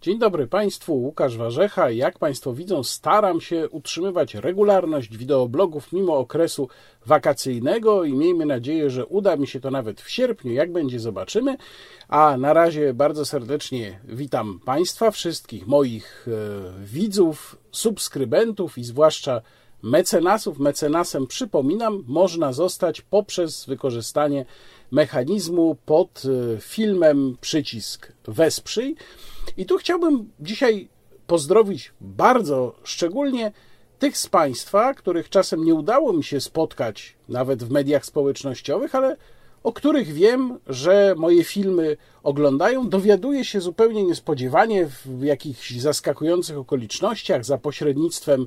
Dzień dobry Państwu, Łukasz Warzecha. Jak Państwo widzą, staram się utrzymywać regularność wideoblogów mimo okresu wakacyjnego i miejmy nadzieję, że uda mi się to nawet w sierpniu. Jak będzie, zobaczymy. A na razie bardzo serdecznie witam Państwa, wszystkich moich widzów, subskrybentów i zwłaszcza mecenasów. Mecenasem, przypominam, można zostać poprzez wykorzystanie mechanizmu pod filmem przycisk Wesprzyj. I tu chciałbym dzisiaj pozdrowić bardzo szczególnie tych z Państwa, których czasem nie udało mi się spotkać nawet w mediach społecznościowych, ale o których wiem, że moje filmy oglądają. Dowiaduję się zupełnie niespodziewanie w jakichś zaskakujących okolicznościach za pośrednictwem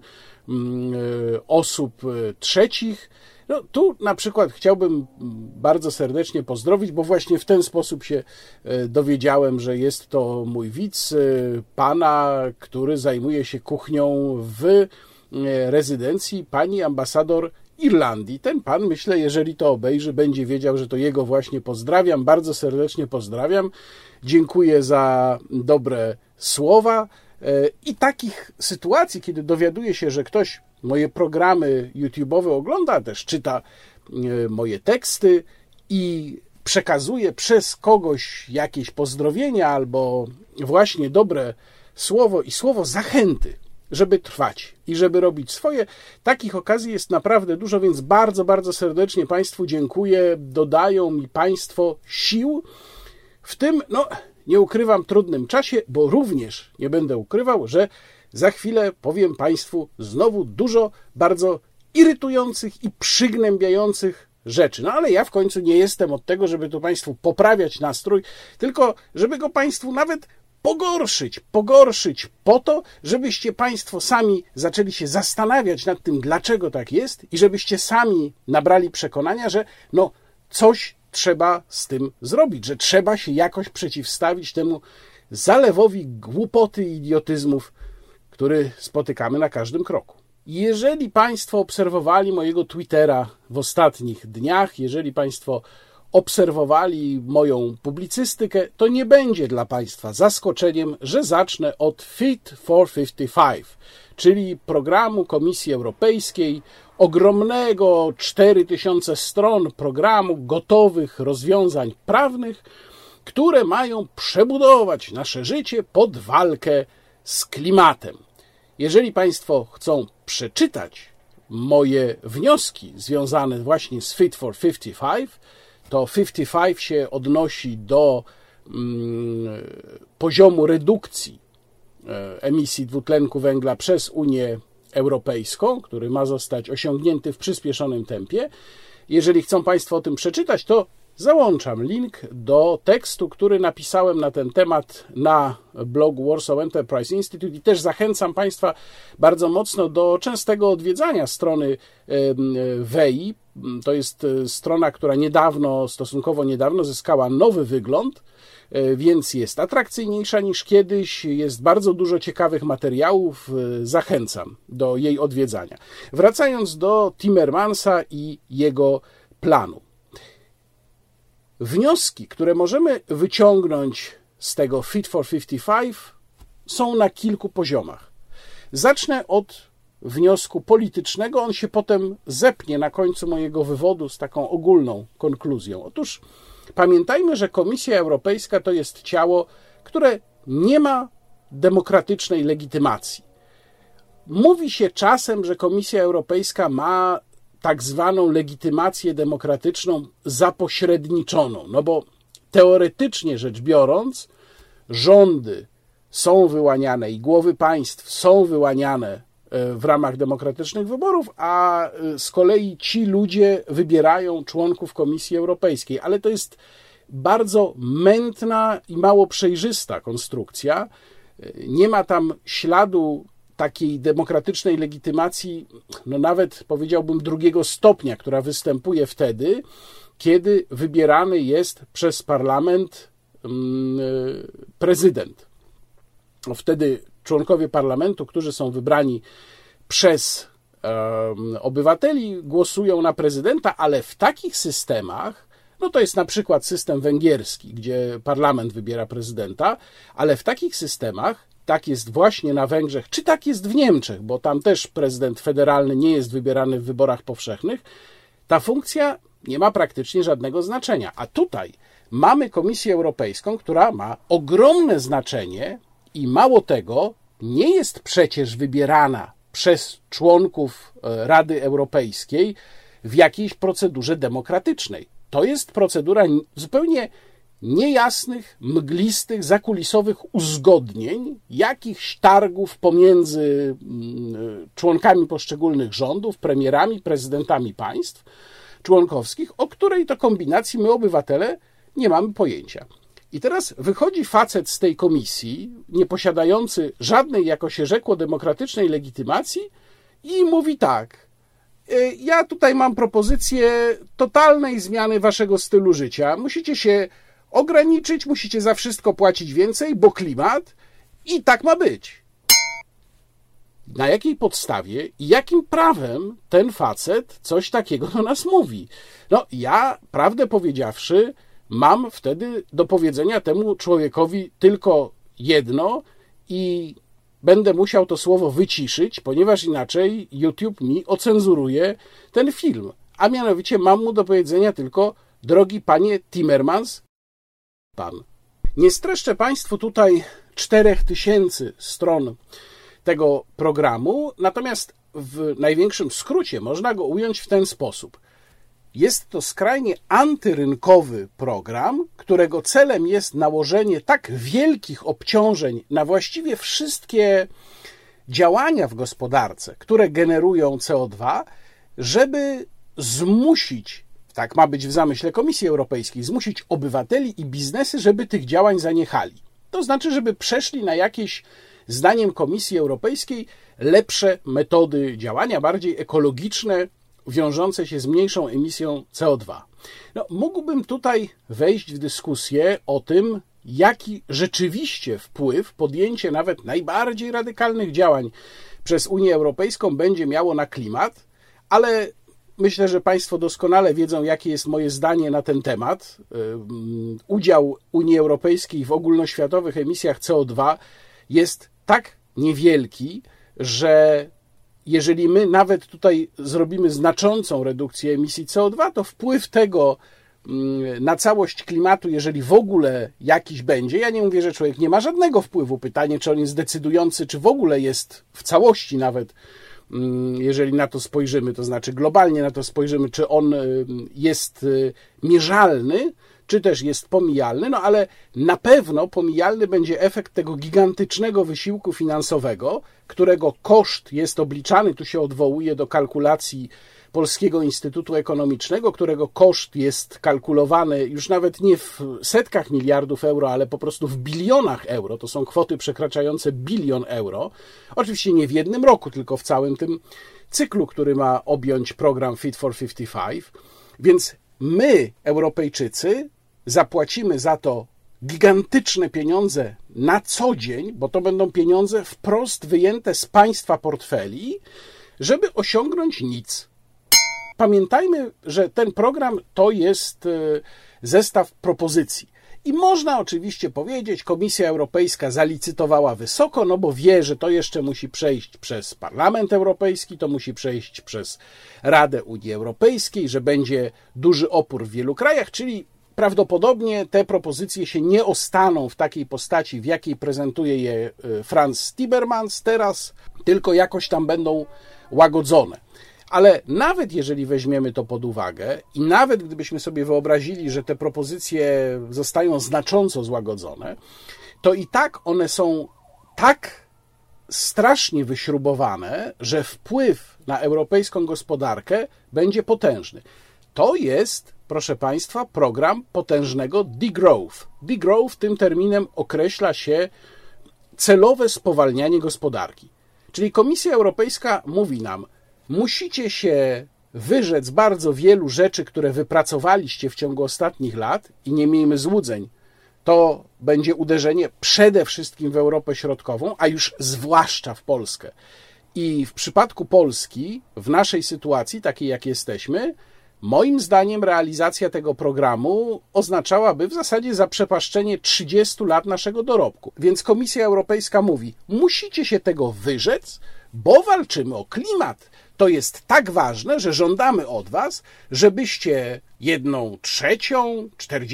osób trzecich. No, tu na przykład chciałbym bardzo serdecznie pozdrowić, bo właśnie w ten sposób się dowiedziałem, że jest to mój widz, pana, który zajmuje się kuchnią w rezydencji pani ambasador Irlandii. Ten pan, myślę, jeżeli to obejrzy, będzie wiedział, że to jego właśnie pozdrawiam. Bardzo serdecznie pozdrawiam. Dziękuję za dobre słowa. I takich sytuacji, kiedy dowiaduję się, że ktoś moje programy YouTube'owe ogląda, też czyta moje teksty i przekazuje przez kogoś jakieś pozdrowienia albo właśnie dobre słowo i słowo zachęty, żeby trwać i żeby robić swoje. Takich okazji jest naprawdę dużo, więc bardzo, bardzo serdecznie Państwu dziękuję. Dodają mi Państwo sił w tym, nie ukrywam, trudnym czasie, bo również nie będę ukrywał, że za chwilę powiem Państwu znowu dużo bardzo irytujących i przygnębiających rzeczy. Ale ja w końcu nie jestem od tego, żeby tu Państwu poprawiać nastrój, tylko żeby go Państwu nawet pogorszyć po to, żebyście Państwo sami zaczęli się zastanawiać nad tym, dlaczego tak jest i żebyście sami nabrali przekonania, że coś trzeba z tym zrobić, że trzeba się jakoś przeciwstawić temu zalewowi głupoty i idiotyzmów, który spotykamy na każdym kroku. Jeżeli Państwo obserwowali mojego Twittera w ostatnich dniach, jeżeli Państwo obserwowali moją publicystykę, to nie będzie dla Państwa zaskoczeniem, że zacznę od Fit for 55, czyli programu Komisji Europejskiej, ogromnego 4000 stron programu gotowych rozwiązań prawnych, które mają przebudować nasze życie pod walkę z klimatem. Jeżeli Państwo chcą przeczytać moje wnioski związane właśnie z Fit for 55, to 55 się odnosi do poziomu redukcji emisji dwutlenku węgla przez Unię Europejską, który ma zostać osiągnięty w przyspieszonym tempie. Jeżeli chcą Państwo o tym przeczytać, to załączam link do tekstu, który napisałem na ten temat na blogu Warsaw Enterprise Institute i też zachęcam Państwa bardzo mocno do częstego odwiedzania strony WEI. To jest strona, która stosunkowo niedawno zyskała nowy wygląd, więc jest atrakcyjniejsza niż kiedyś, jest bardzo dużo ciekawych materiałów, zachęcam do jej odwiedzania. Wracając do Timmermansa i jego planu. Wnioski, które możemy wyciągnąć z tego Fit for 55 są na kilku poziomach. Zacznę od wniosku politycznego, on się potem zepnie na końcu mojego wywodu z taką ogólną konkluzją. Otóż pamiętajmy, że Komisja Europejska to jest ciało, które nie ma demokratycznej legitymacji. Mówi się czasem, że Komisja Europejska ma tak zwaną legitymację demokratyczną zapośredniczoną, bo teoretycznie rzecz biorąc, rządy są wyłaniane i głowy państw są wyłaniane w ramach demokratycznych wyborów, a z kolei ci ludzie wybierają członków Komisji Europejskiej. Ale to jest bardzo mętna i mało przejrzysta konstrukcja. Nie ma tam śladu takiej demokratycznej legitymacji, nawet powiedziałbym drugiego stopnia, która występuje wtedy, kiedy wybierany jest przez parlament prezydent. Wtedy członkowie parlamentu, którzy są wybrani przez obywateli, głosują na prezydenta, ale w takich systemach No to jest na przykład system węgierski, gdzie parlament wybiera prezydenta, ale w takich systemach, tak jest właśnie na Węgrzech, czy tak jest w Niemczech, bo tam też prezydent federalny nie jest wybierany w wyborach powszechnych, ta funkcja nie ma praktycznie żadnego znaczenia. A tutaj mamy Komisję Europejską, która ma ogromne znaczenie i mało tego, nie jest przecież wybierana przez członków Rady Europejskiej w jakiejś procedurze demokratycznej. To jest procedura zupełnie niejasnych, mglistych, zakulisowych uzgodnień, jakichś targów pomiędzy członkami poszczególnych rządów, premierami, prezydentami państw członkowskich, o której to kombinacji my, obywatele, nie mamy pojęcia. I teraz wychodzi facet z tej komisji, nie posiadający żadnej, jako się rzekło, demokratycznej legitymacji i mówi tak: ja tutaj mam propozycję totalnej zmiany waszego stylu życia. Musicie się ograniczyć, musicie za wszystko płacić więcej, bo klimat, i tak ma być. Na jakiej podstawie i jakim prawem ten facet coś takiego do nas mówi? No, ja, prawdę powiedziawszy, mam wtedy do powiedzenia temu człowiekowi tylko jedno i będę musiał to słowo wyciszyć, ponieważ inaczej YouTube mi ocenzuruje ten film. A mianowicie mam mu do powiedzenia tylko: drogi panie Timmermans, pan. Nie streszczę państwu tutaj 4000 stron tego programu, natomiast w największym skrócie można go ująć w ten sposób. Jest to skrajnie antyrynkowy program, którego celem jest nałożenie tak wielkich obciążeń na właściwie wszystkie działania w gospodarce, które generują CO2, żeby zmusić, tak ma być w zamyśle Komisji Europejskiej, zmusić obywateli i biznesy, żeby tych działań zaniechali. To znaczy, żeby przeszli na jakieś, zdaniem Komisji Europejskiej, lepsze metody działania, bardziej ekologiczne, wiążące się z mniejszą emisją CO2. No, mógłbym tutaj wejść w dyskusję o tym, jaki rzeczywiście wpływ podjęcie nawet najbardziej radykalnych działań przez Unię Europejską będzie miało na klimat, ale myślę, że państwo doskonale wiedzą, jakie jest moje zdanie na ten temat. Udział Unii Europejskiej w ogólnoświatowych emisjach CO2 jest tak niewielki, że jeżeli my nawet tutaj zrobimy znaczącą redukcję emisji CO2, to wpływ tego na całość klimatu, jeżeli w ogóle jakiś będzie, ja nie mówię, że człowiek nie ma żadnego wpływu, pytanie, czy on jest decydujący, czy w ogóle jest w całości nawet, jeżeli na to spojrzymy, to znaczy globalnie na to spojrzymy, czy on jest mierzalny, czy też jest pomijalny, no ale na pewno pomijalny będzie efekt tego gigantycznego wysiłku finansowego, którego koszt jest obliczany, tu się odwołuje do kalkulacji Polskiego Instytutu Ekonomicznego, którego koszt jest kalkulowany już nawet nie w setkach miliardów euro, ale po prostu w bilionach euro. To są kwoty przekraczające 1 bilion euro. Oczywiście nie w jednym roku, tylko w całym tym cyklu, który ma objąć program Fit for 55. Więc my, Europejczycy, zapłacimy za to gigantyczne pieniądze na co dzień, bo to będą pieniądze wprost wyjęte z państwa portfeli, żeby osiągnąć nic. Pamiętajmy, że ten program to jest zestaw propozycji. I można oczywiście powiedzieć, Komisja Europejska zalicytowała wysoko, no bo wie, że to jeszcze musi przejść przez Parlament Europejski, to musi przejść przez Radę Unii Europejskiej, że będzie duży opór w wielu krajach, czyli prawdopodobnie te propozycje się nie ostaną w takiej postaci, w jakiej prezentuje je Frans Timmermans teraz, tylko jakoś tam będą łagodzone. Ale nawet jeżeli weźmiemy to pod uwagę i nawet gdybyśmy sobie wyobrazili, że te propozycje zostają znacząco złagodzone, to i tak one są tak strasznie wyśrubowane, że wpływ na europejską gospodarkę będzie potężny. To jest, proszę Państwa, program potężnego degrowth. Degrowth tym terminem określa się celowe spowalnianie gospodarki. Czyli Komisja Europejska mówi nam, musicie się wyrzec bardzo wielu rzeczy, które wypracowaliście w ciągu ostatnich lat i nie miejmy złudzeń. To będzie uderzenie przede wszystkim w Europę Środkową, a już zwłaszcza w Polskę. I w przypadku Polski, w naszej sytuacji, takiej jak jesteśmy, Moim zdaniem realizacja tego programu oznaczałaby w zasadzie zaprzepaszczenie 30 lat naszego dorobku. Więc Komisja Europejska mówi, musicie się tego wyrzec, bo walczymy o klimat. To jest tak ważne, że żądamy od was, żebyście 1/3,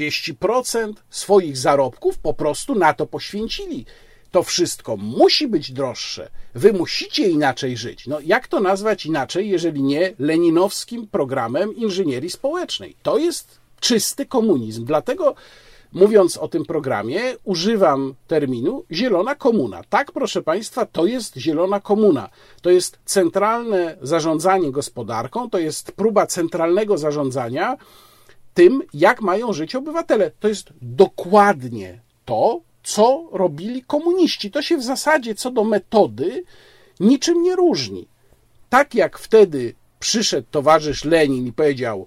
40% swoich zarobków po prostu na to poświęcili. To wszystko musi być droższe. Wy musicie inaczej żyć. No jak to nazwać inaczej, jeżeli nie leninowskim programem inżynierii społecznej? To jest czysty komunizm. Dlatego mówiąc o tym programie, używam terminu zielona komuna. Tak, proszę Państwa, to jest zielona komuna. To jest centralne zarządzanie gospodarką, to jest próba centralnego zarządzania tym, jak mają żyć obywatele. To jest dokładnie to, co robili komuniści. To się w zasadzie co do metody niczym nie różni. Tak jak wtedy przyszedł towarzysz Lenin i powiedział: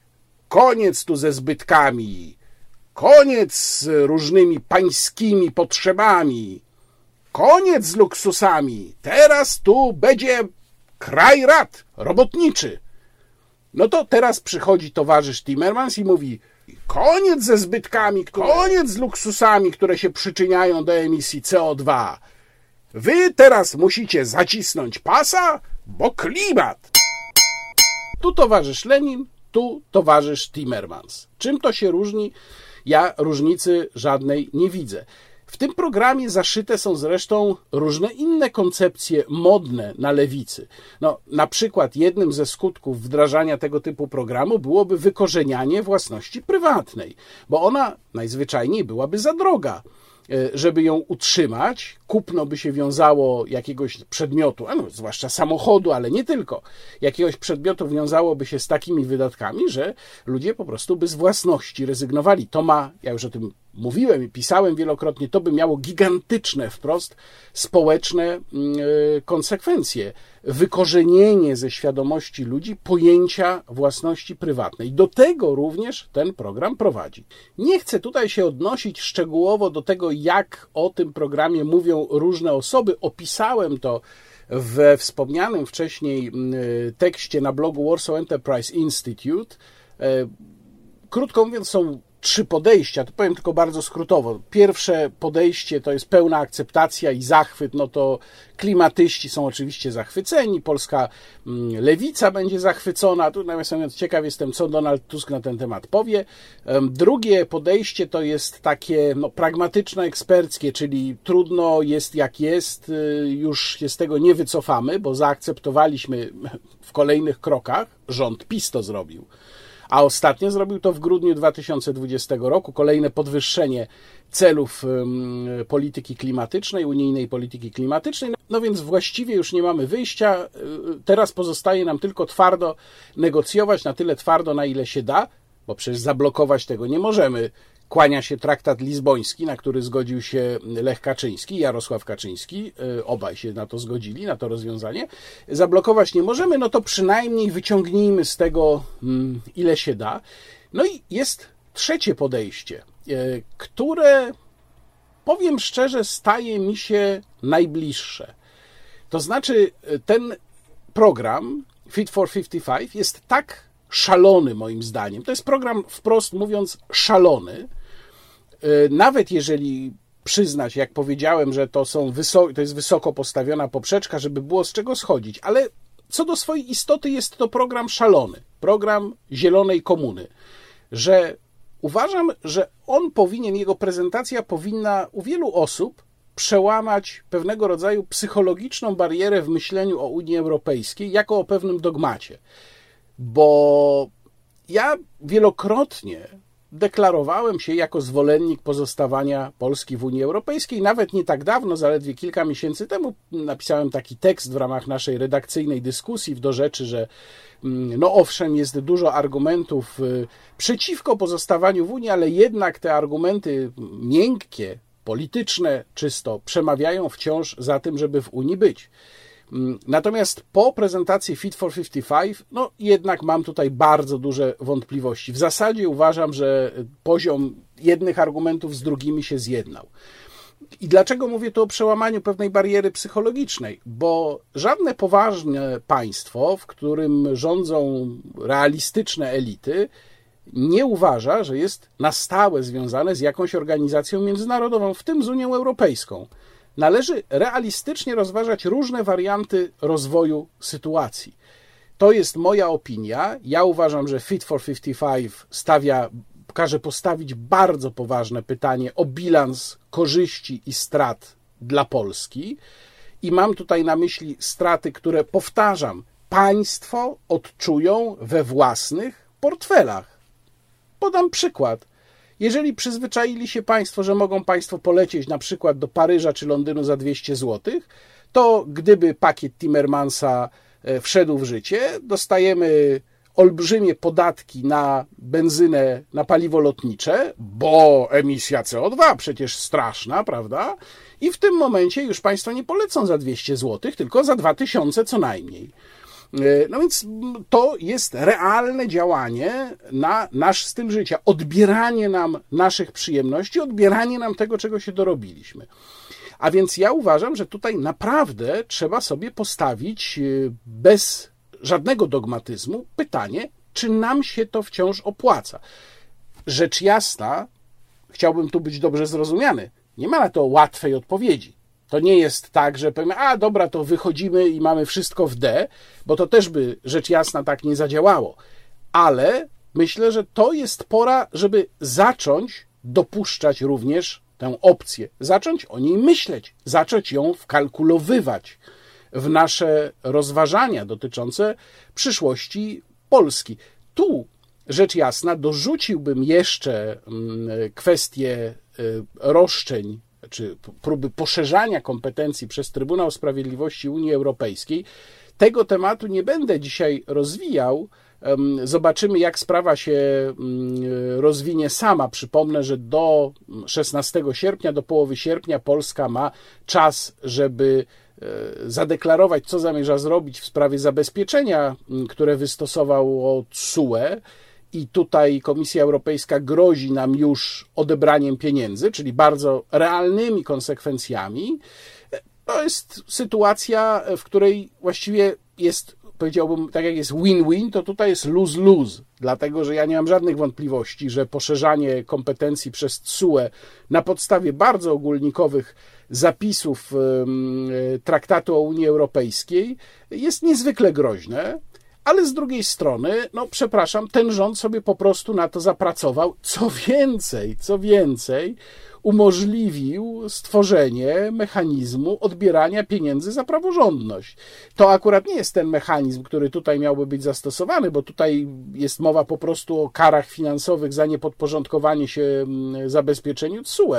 koniec tu ze zbytkami, koniec z różnymi pańskimi potrzebami, koniec z luksusami, teraz tu będzie kraj rad robotniczy. No to teraz przychodzi towarzysz Timmermans i mówi: koniec ze zbytkami, koniec z luksusami, które się przyczyniają do emisji CO2. Wy teraz musicie zacisnąć pasa, bo klimat. Tu towarzysz Lenin, tu towarzysz Timmermans. Czym to się różni? Ja różnicy żadnej nie widzę. W tym programie zaszyte są zresztą różne inne koncepcje modne na lewicy. No, na przykład jednym ze skutków wdrażania tego typu programu byłoby wykorzenianie własności prywatnej, bo ona najzwyczajniej byłaby za droga. Żeby ją utrzymać, kupno by się wiązało jakiegoś przedmiotu, zwłaszcza samochodu, ale nie tylko, jakiegoś przedmiotu wiązałoby się z takimi wydatkami, że ludzie po prostu by z własności rezygnowali. To ma, ja już o tym mówiłem i pisałem wielokrotnie, to by miało gigantyczne wprost społeczne konsekwencje. Wykorzenienie ze świadomości ludzi pojęcia własności prywatnej. Do tego również ten program prowadzi. Nie chcę tutaj się odnosić szczegółowo do tego, jak o tym programie mówią różne osoby. Opisałem to we wspomnianym wcześniej tekście na blogu Warsaw Enterprise Institute. Krótko mówiąc, są 3 podejścia, to powiem tylko bardzo skrótowo. Pierwsze podejście to jest pełna akceptacja i zachwyt, no to klimatyści są oczywiście zachwyceni, polska lewica będzie zachwycona, tu nawiasem mówiąc ciekaw jestem, co Donald Tusk na ten temat powie. Drugie podejście to jest takie pragmatyczne, eksperckie, czyli trudno jest jak jest, już się z tego nie wycofamy, bo zaakceptowaliśmy w kolejnych krokach, rząd PiS to zrobił. A ostatnio zrobił to w grudniu 2020 roku, kolejne podwyższenie celów polityki klimatycznej, unijnej polityki klimatycznej. No więc właściwie już nie mamy wyjścia. Teraz pozostaje nam tylko twardo negocjować, na tyle twardo, na ile się da, bo przecież zablokować tego nie możemy. Kłania się traktat lizboński, na który zgodził się Lech Kaczyński, Jarosław Kaczyński. Obaj się na to zgodzili, na to rozwiązanie. Zablokować nie możemy, no to przynajmniej wyciągnijmy z tego, ile się da. No i jest trzecie podejście, które, powiem szczerze, staje mi się najbliższe. To znaczy, ten program Fit for 55 jest tak szalony moim zdaniem. To jest program, wprost mówiąc, szalony. Nawet jeżeli przyznać, jak powiedziałem, że to jest wysoko postawiona poprzeczka, żeby było z czego schodzić, ale co do swojej istoty jest to program szalony, program zielonej komuny, że uważam, że jego prezentacja powinna u wielu osób przełamać pewnego rodzaju psychologiczną barierę w myśleniu o Unii Europejskiej jako o pewnym dogmacie. Bo ja wielokrotnie deklarowałem się jako zwolennik pozostawania Polski w Unii Europejskiej. Nawet nie tak dawno, zaledwie kilka miesięcy temu napisałem taki tekst w ramach naszej redakcyjnej dyskusji do rzeczy, że no owszem, jest dużo argumentów przeciwko pozostawaniu w Unii, ale jednak te argumenty miękkie, polityczne czysto przemawiają wciąż za tym, żeby w Unii być. Natomiast po prezentacji Fit for 55, no jednak mam tutaj bardzo duże wątpliwości. W zasadzie uważam, że poziom jednych argumentów z drugimi się zjednał. I dlaczego mówię tu o przełamaniu pewnej bariery psychologicznej? Bo żadne poważne państwo, w którym rządzą realistyczne elity, nie uważa, że jest na stałe związane z jakąś organizacją międzynarodową, w tym z Unią Europejską. Należy realistycznie rozważać różne warianty rozwoju sytuacji. To jest moja opinia. Ja uważam, że Fit for 55 każe postawić bardzo poważne pytanie o bilans korzyści i strat dla Polski. I mam tutaj na myśli straty, które, powtarzam, państwo odczują we własnych portfelach. Podam przykład. Jeżeli przyzwyczaili się państwo, że mogą państwo polecieć na przykład do Paryża czy Londynu za 200 zł, to gdyby pakiet Timmermansa wszedł w życie, dostajemy olbrzymie podatki na benzynę, na paliwo lotnicze, bo emisja CO2 przecież straszna, prawda? I w tym momencie już państwo nie polecą za 200 zł, tylko za 2000 co najmniej. No więc to jest realne działanie na nasz styl życia, odbieranie nam naszych przyjemności, odbieranie nam tego, czego się dorobiliśmy. A więc ja uważam, że tutaj naprawdę trzeba sobie postawić bez żadnego dogmatyzmu pytanie, czy nam się to wciąż opłaca. Rzecz jasna, chciałbym tu być dobrze zrozumiany, nie ma na to łatwej odpowiedzi. To nie jest tak, że powiemy, a dobra, to wychodzimy i mamy wszystko w D, bo to też by rzecz jasna tak nie zadziałało. Ale myślę, że to jest pora, żeby zacząć dopuszczać również tę opcję, zacząć o niej myśleć, zacząć ją wkalkulowywać w nasze rozważania dotyczące przyszłości Polski. Tu, rzecz jasna, dorzuciłbym jeszcze kwestię roszczeń czy próby poszerzania kompetencji przez Trybunał Sprawiedliwości Unii Europejskiej. Tego tematu nie będę dzisiaj rozwijał. Zobaczymy, jak sprawa się rozwinie sama. Przypomnę, że do 16 sierpnia, do połowy sierpnia Polska ma czas, żeby zadeklarować, co zamierza zrobić w sprawie zabezpieczenia, które wystosowało TSUE. I tutaj Komisja Europejska grozi nam już odebraniem pieniędzy, czyli bardzo realnymi konsekwencjami. To jest sytuacja, w której właściwie jest, powiedziałbym, tak jak jest win-win, to tutaj jest lose-lose, dlatego że ja nie mam żadnych wątpliwości, że poszerzanie kompetencji przez TSUE na podstawie bardzo ogólnikowych zapisów Traktatu o Unii Europejskiej jest niezwykle groźne. Ale z drugiej strony, no przepraszam, ten rząd sobie po prostu na to zapracował. Co więcej, umożliwił stworzenie mechanizmu odbierania pieniędzy za praworządność. To akurat nie jest ten mechanizm, który tutaj miałby być zastosowany, bo tutaj jest mowa po prostu o karach finansowych za niepodporządkowanie się zabezpieczeniu TSUE.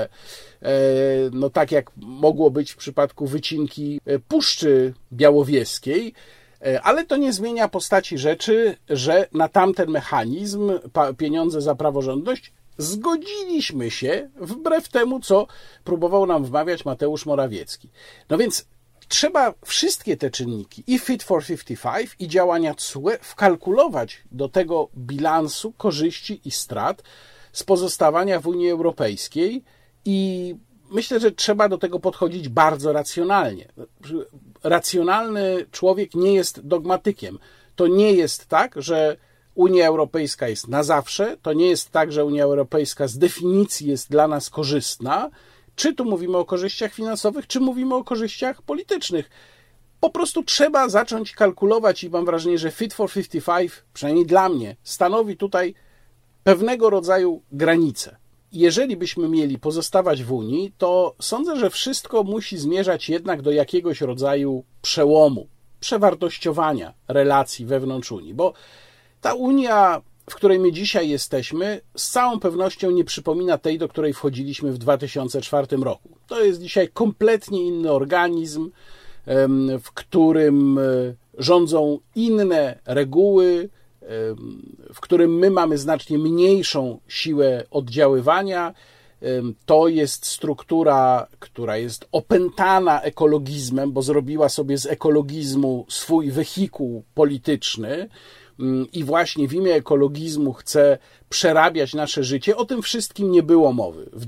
No tak jak mogło być w przypadku wycinki Puszczy Białowieskiej, ale to nie zmienia postaci rzeczy, że na tamten mechanizm, pieniądze za praworządność, zgodziliśmy się wbrew temu, co próbował nam wmawiać Mateusz Morawiecki. No więc trzeba wszystkie te czynniki, i Fit for 55, i działania TSUE, wkalkulować do tego bilansu korzyści i strat z pozostawania w Unii Europejskiej i myślę, że trzeba do tego podchodzić bardzo racjonalnie. Racjonalny człowiek nie jest dogmatykiem. To nie jest tak, że Unia Europejska jest na zawsze, to nie jest tak, że Unia Europejska z definicji jest dla nas korzystna. Czy tu mówimy o korzyściach finansowych, czy mówimy o korzyściach politycznych. Po prostu trzeba zacząć kalkulować i mam wrażenie, że Fit for 55, przynajmniej dla mnie, stanowi tutaj pewnego rodzaju granicę. Jeżeli byśmy mieli pozostawać w Unii, to sądzę, że wszystko musi zmierzać jednak do jakiegoś rodzaju przełomu, przewartościowania relacji wewnątrz Unii, bo ta Unia, w której my dzisiaj jesteśmy, z całą pewnością nie przypomina tej, do której wchodziliśmy w 2004 roku. To jest dzisiaj kompletnie inny organizm, w którym rządzą inne reguły, w którym my mamy znacznie mniejszą siłę oddziaływania. To jest struktura, która jest opętana ekologizmem, bo zrobiła sobie z ekologizmu swój wehikuł polityczny. i właśnie w imię ekologizmu chce przerabiać nasze życie. O tym wszystkim nie było mowy w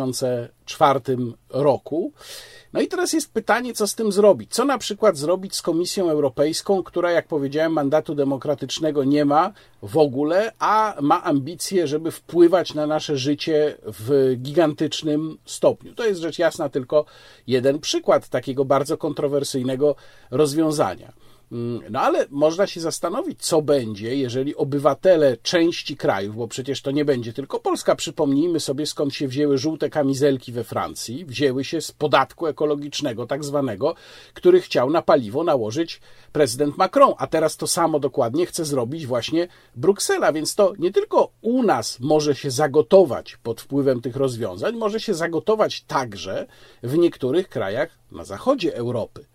2004 roku. No i teraz jest pytanie, co z tym zrobić? Co na przykład zrobić z Komisją Europejską, która, jak powiedziałem, mandatu demokratycznego nie ma w ogóle, a ma ambicje, żeby wpływać na nasze życie w gigantycznym stopniu. To jest rzecz jasna tylko jeden przykład takiego bardzo kontrowersyjnego rozwiązania. No ale można się zastanowić, co będzie, jeżeli obywatele części krajów, bo przecież to nie będzie tylko Polska, przypomnijmy sobie, skąd się wzięły żółte kamizelki we Francji, wzięły się z podatku ekologicznego tak zwanego, który chciał na paliwo nałożyć prezydent Macron, a teraz to samo dokładnie chce zrobić właśnie Bruksela, więc to nie tylko u nas może się zagotować pod wpływem tych rozwiązań, może się zagotować także w niektórych krajach na zachodzie Europy.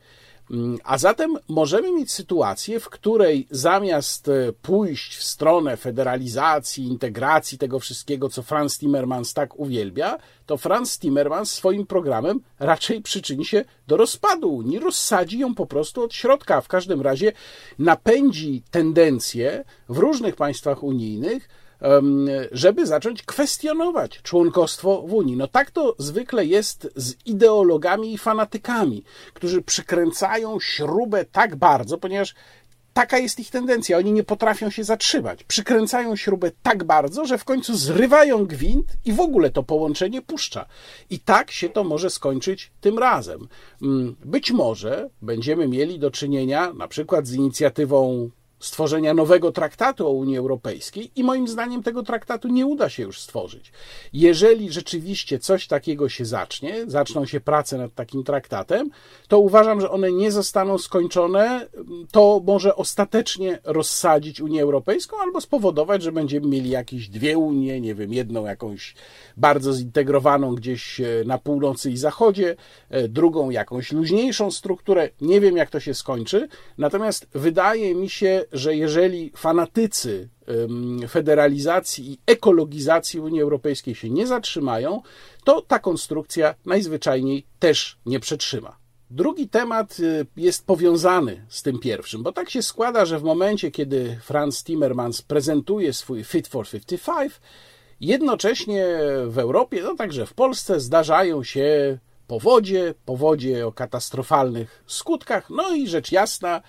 A zatem możemy mieć sytuację, w której zamiast pójść w stronę federalizacji, integracji tego wszystkiego, co Frans Timmermans tak uwielbia, to Frans Timmermans swoim programem raczej przyczyni się do rozpadu Unii, rozsadzi ją po prostu od środka, a w każdym razie napędzi tendencje w różnych państwach unijnych, żeby zacząć kwestionować członkostwo w Unii. No tak to zwykle jest z ideologami i fanatykami, którzy przykręcają śrubę tak bardzo, ponieważ taka jest ich tendencja. Oni nie potrafią się zatrzymać. Przykręcają śrubę tak bardzo, że w końcu zrywają gwint i w ogóle to połączenie puszcza. I tak się to może skończyć tym razem. Być może będziemy mieli do czynienia na przykład z inicjatywą stworzenia nowego traktatu o Unii Europejskiej i moim zdaniem tego traktatu nie uda się już stworzyć. Jeżeli rzeczywiście coś takiego się zaczną się prace nad takim traktatem, to uważam, że one nie zostaną skończone, to może ostatecznie rozsadzić Unię Europejską albo spowodować, że będziemy mieli jakieś dwie Unie, nie wiem, jedną jakąś bardzo zintegrowaną gdzieś na północy i zachodzie, drugą jakąś luźniejszą strukturę. Nie wiem, jak to się skończy, natomiast wydaje mi się, że jeżeli fanatycy federalizacji i ekologizacji Unii Europejskiej się nie zatrzymają, to ta konstrukcja najzwyczajniej też nie przetrzyma. Drugi temat jest powiązany z tym pierwszym, bo tak się składa, że w momencie, kiedy Frans Timmermans prezentuje swój Fit for 55, jednocześnie w Europie, no także w Polsce zdarzają się powodzie o katastrofalnych skutkach, no i rzecz jasna,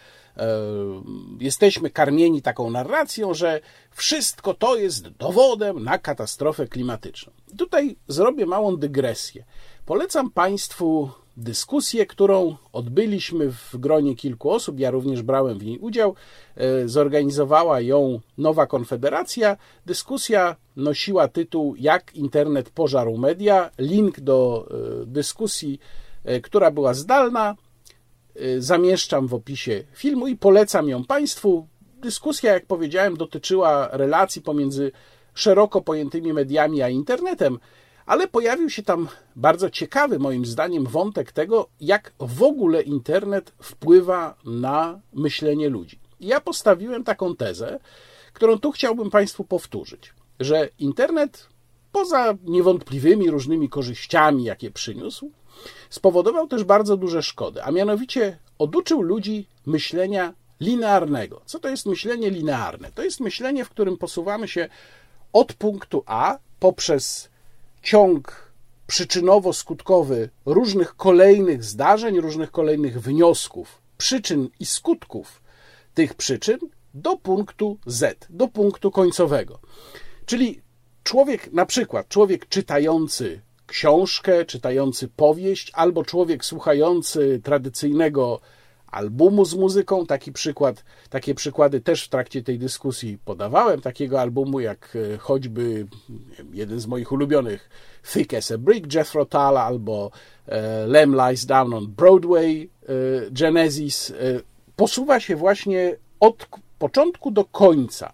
jesteśmy karmieni taką narracją, że wszystko to jest dowodem na katastrofę klimatyczną. Tutaj zrobię małą dygresję. Polecam Państwu dyskusję, którą odbyliśmy w gronie kilku osób, ja również brałem w niej udział, zorganizowała ją Nowa Konfederacja. Dyskusja nosiła tytuł Jak internet pożarł media. Link do dyskusji, która była zdalna, zamieszczam w opisie filmu i polecam ją Państwu. Dyskusja, jak powiedziałem, dotyczyła relacji pomiędzy szeroko pojętymi mediami a internetem, ale pojawił się tam bardzo ciekawy, moim zdaniem, wątek tego, jak w ogóle internet wpływa na myślenie ludzi. I ja postawiłem taką tezę, którą tu chciałbym Państwu powtórzyć, że internet, poza niewątpliwymi różnymi korzyściami, jakie przyniósł, spowodował też bardzo duże szkody, a mianowicie oduczył ludzi myślenia linearnego. Co to jest myślenie linearne? To jest myślenie, w którym posuwamy się od punktu A poprzez ciąg przyczynowo-skutkowy różnych kolejnych zdarzeń, różnych kolejnych wniosków, przyczyn i skutków tych przyczyn do punktu Z, do punktu końcowego. Czyli człowiek, na przykład człowiek czytający książkę, czytający powieść, albo człowiek słuchający tradycyjnego albumu z muzyką. Takie przykłady też w trakcie tej dyskusji podawałem. Takiego albumu jak choćby jeden z moich ulubionych Thick as a Brick Jethro Tull albo Lamb Lies Down on Broadway Genesis. Posuwa się właśnie od początku do końca.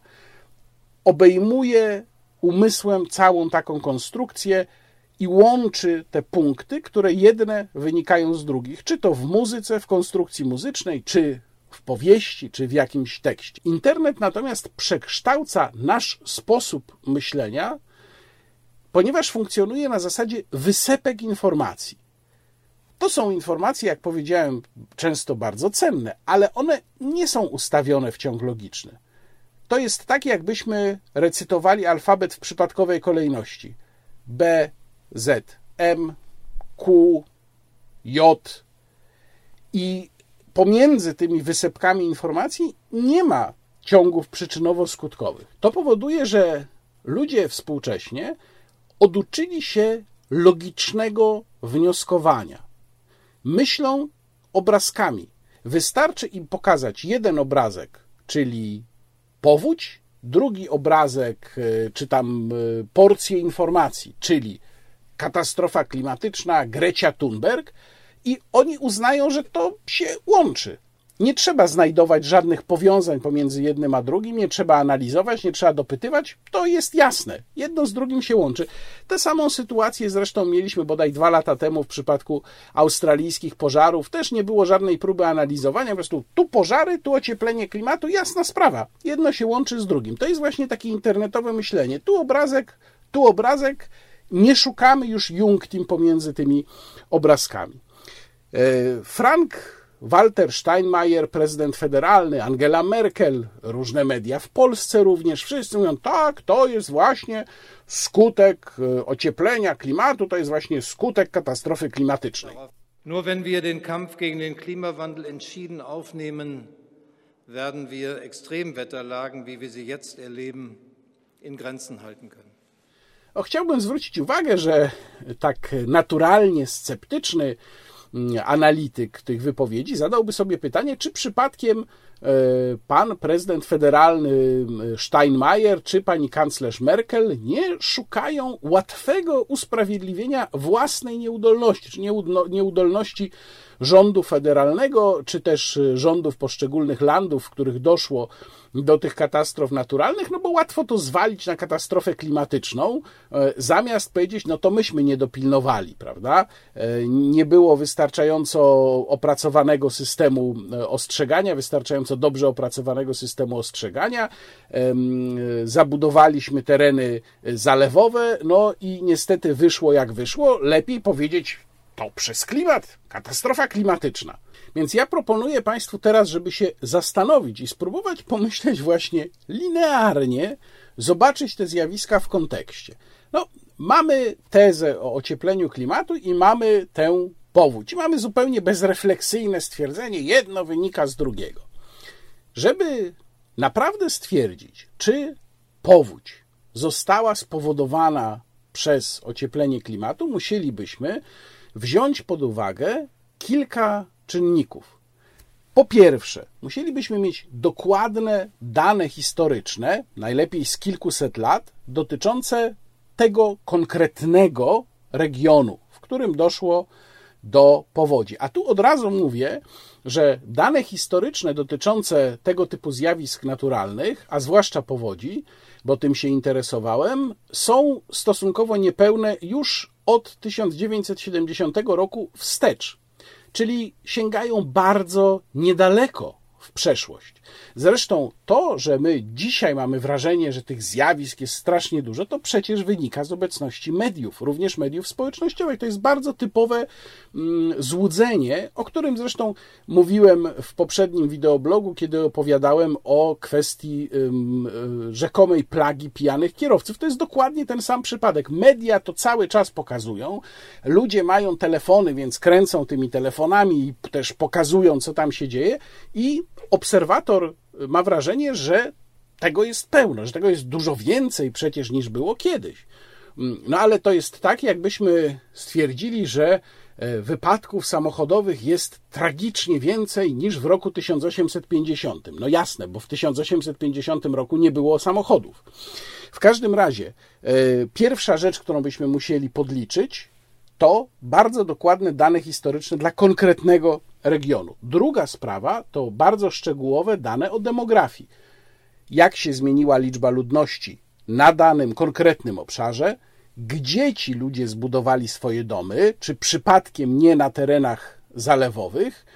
Obejmuje umysłem całą taką konstrukcję i łączy te punkty, które jedne wynikają z drugich, czy to w muzyce, w konstrukcji muzycznej, czy w powieści, czy w jakimś tekście. Internet natomiast przekształca nasz sposób myślenia, ponieważ funkcjonuje na zasadzie wysepek informacji. To są informacje, jak powiedziałem, często bardzo cenne, ale one nie są ustawione w ciąg logiczny. to jest tak, jakbyśmy recytowali alfabet w przypadkowej kolejności. B, Z, M, Q, J i pomiędzy tymi wysepkami informacji nie ma ciągów przyczynowo-skutkowych. To powoduje, że ludzie współcześnie oduczyli się logicznego wnioskowania. Myślą obrazkami. Wystarczy im pokazać jeden obrazek, czyli powódź, drugi obrazek, czy tam porcję informacji, czyli katastrofa klimatyczna, Greta Thunberg, i oni uznają, że to się łączy. Nie trzeba znajdować żadnych powiązań pomiędzy jednym a drugim, nie trzeba analizować, nie trzeba dopytywać, to jest jasne. Jedno z drugim się łączy. Tę samą sytuację zresztą mieliśmy bodaj 2 lata temu w przypadku australijskich pożarów. Też nie było żadnej próby analizowania, po prostu tu pożary, tu ocieplenie klimatu, jasna sprawa. Jedno się łączy z drugim. To jest właśnie takie internetowe myślenie. Tu obrazek, nie szukamy już junctim pomiędzy tymi obrazkami. Frank-Walter Steinmeier, prezydent federalny, Angela Merkel, różne media w Polsce również, wszyscy mówią, tak, to jest właśnie skutek ocieplenia klimatu, to jest właśnie skutek katastrofy klimatycznej. Nur wenn wir den Kampf gegen den Klimawandel entschieden aufnehmen, werden wir Extremwetterlagen, wie wir sie jetzt erleben, in Grenzen halten können. Chciałbym zwrócić uwagę, że tak naturalnie sceptyczny analityk tych wypowiedzi zadałby sobie pytanie, czy przypadkiem pan prezydent federalny Steinmeier czy pani kanclerz Merkel nie szukają łatwego usprawiedliwienia własnej nieudolności, czy nieudolności rządu federalnego, czy też rządów poszczególnych landów, w których doszło do tych katastrof naturalnych, no bo łatwo to zwalić na katastrofę klimatyczną, zamiast powiedzieć, no to myśmy nie dopilnowali, prawda? Nie było wystarczająco opracowanego systemu ostrzegania, wystarczająco dobrze opracowanego systemu ostrzegania, zabudowaliśmy tereny zalewowe, no i niestety wyszło jak wyszło, lepiej powiedzieć, to przez klimat, katastrofa klimatyczna. Więc ja proponuję Państwu teraz, żeby się zastanowić i spróbować pomyśleć właśnie linearnie, zobaczyć te zjawiska w kontekście. No, mamy tezę o ociepleniu klimatu i mamy tę powódź. I mamy zupełnie bezrefleksyjne stwierdzenie, jedno wynika z drugiego. Żeby naprawdę stwierdzić, czy powódź została spowodowana przez ocieplenie klimatu, musielibyśmy wziąć pod uwagę kilka czynników. Po pierwsze, musielibyśmy mieć dokładne dane historyczne, najlepiej z kilkuset lat, dotyczące tego konkretnego regionu, w którym doszło do powodzi. A tu od razu mówię, że dane historyczne dotyczące tego typu zjawisk naturalnych, a zwłaszcza powodzi, bo tym się interesowałem, są stosunkowo niepełne już od 1970 roku wstecz, czyli sięgają bardzo niedaleko w przeszłość. Zresztą to, że my dzisiaj mamy wrażenie, że tych zjawisk jest strasznie dużo, to przecież wynika z obecności mediów, również mediów społecznościowych. To jest bardzo typowe złudzenie, o którym zresztą mówiłem w poprzednim wideoblogu, kiedy opowiadałem o kwestii rzekomej plagi pijanych kierowców. To jest dokładnie ten sam przypadek. Media to cały czas pokazują. Ludzie mają telefony, więc kręcą tymi telefonami i też pokazują, co tam się dzieje, i obserwator ma wrażenie, że tego jest pełno, że tego jest dużo więcej przecież niż było kiedyś. No ale to jest tak, jakbyśmy stwierdzili, że wypadków samochodowych jest tragicznie więcej niż w roku 1850. No jasne, bo w 1850 roku nie było samochodów. W każdym razie pierwsza rzecz, którą byśmy musieli podliczyć, to bardzo dokładne dane historyczne dla konkretnego regionu. Druga sprawa to bardzo szczegółowe dane o demografii. Jak się zmieniła liczba ludności na danym konkretnym obszarze, gdzie ci ludzie zbudowali swoje domy, czy przypadkiem nie na terenach zalewowych,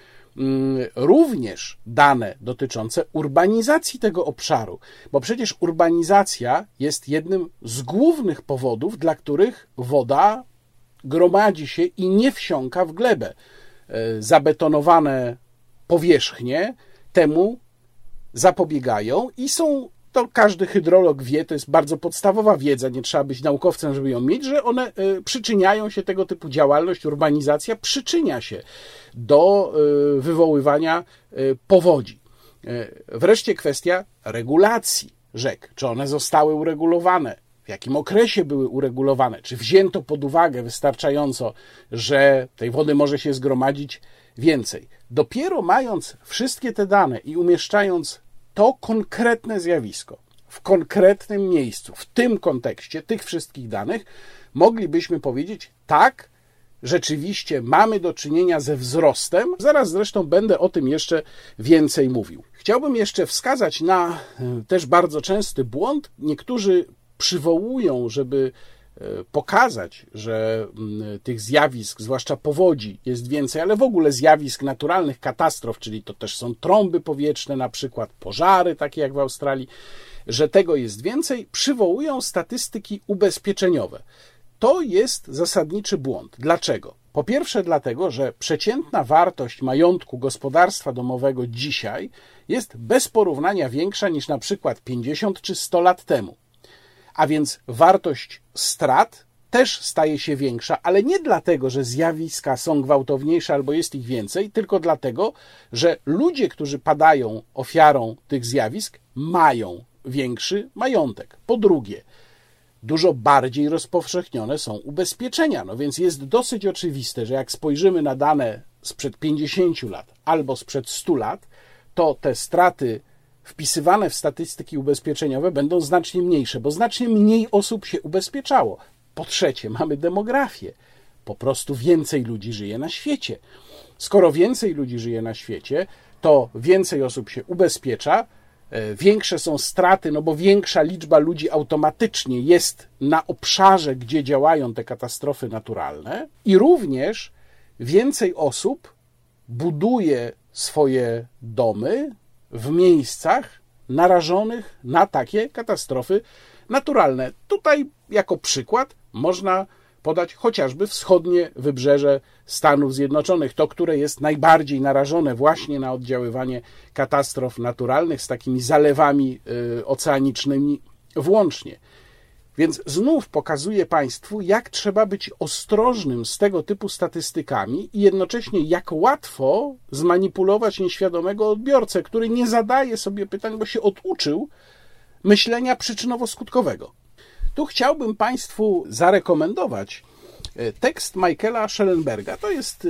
również dane dotyczące urbanizacji tego obszaru, bo przecież urbanizacja jest jednym z głównych powodów, dla których woda gromadzi się i nie wsiąka w glebę. Zabetonowane powierzchnie temu zapobiegają i są to każdy hydrolog wie, to jest bardzo podstawowa wiedza, nie trzeba być naukowcem, żeby ją mieć, że one przyczyniają się, tego typu działalność, urbanizacja przyczynia się do wywoływania powodzi. Wreszcie kwestia regulacji rzek. Czy one zostały uregulowane? W jakim okresie były uregulowane? Czy wzięto pod uwagę wystarczająco, że tej wody może się zgromadzić więcej? Dopiero mając wszystkie te dane i umieszczając to konkretne zjawisko w konkretnym miejscu, w tym kontekście tych wszystkich danych, moglibyśmy powiedzieć, tak, rzeczywiście mamy do czynienia ze wzrostem. Zaraz zresztą będę o tym jeszcze więcej mówił. Chciałbym jeszcze wskazać na też bardzo częsty błąd. Niektórzy przywołują, żeby pokazać, że tych zjawisk, zwłaszcza powodzi, jest więcej, ale w ogóle zjawisk naturalnych, katastrof, czyli to też są trąby powietrzne, na przykład pożary, takie jak w Australii, że tego jest więcej, przywołują statystyki ubezpieczeniowe. To jest zasadniczy błąd. Dlaczego? Po pierwsze dlatego, że przeciętna wartość majątku gospodarstwa domowego dzisiaj jest bez porównania większa niż na przykład 50 czy 100 lat temu. A więc wartość strat też staje się większa, ale nie dlatego, że zjawiska są gwałtowniejsze albo jest ich więcej, tylko dlatego, że ludzie, którzy padają ofiarą tych zjawisk, mają większy majątek. Po drugie, dużo bardziej rozpowszechnione są ubezpieczenia. No więc jest dosyć oczywiste, że jak spojrzymy na dane sprzed 50 lat albo sprzed 100 lat, to te straty wpisywane w statystyki ubezpieczeniowe będą znacznie mniejsze, bo znacznie mniej osób się ubezpieczało. Po trzecie, mamy demografię. Po prostu więcej ludzi żyje na świecie. Skoro więcej ludzi żyje na świecie, to więcej osób się ubezpiecza, większe są straty, no bo większa liczba ludzi automatycznie jest na obszarze, gdzie działają te katastrofy naturalne i również więcej osób buduje swoje domy w miejscach narażonych na takie katastrofy naturalne. Tutaj jako przykład można podać chociażby wschodnie wybrzeże Stanów Zjednoczonych, to, które jest najbardziej narażone właśnie na oddziaływanie katastrof naturalnych z takimi zalewami oceanicznymi włącznie. Więc znów pokazuję Państwu, jak trzeba być ostrożnym z tego typu statystykami i jednocześnie jak łatwo zmanipulować nieświadomego odbiorcę, który nie zadaje sobie pytań, bo się oduczył myślenia przyczynowo-skutkowego. Tu chciałbym Państwu zarekomendować tekst Michaela Schellenberga. To jest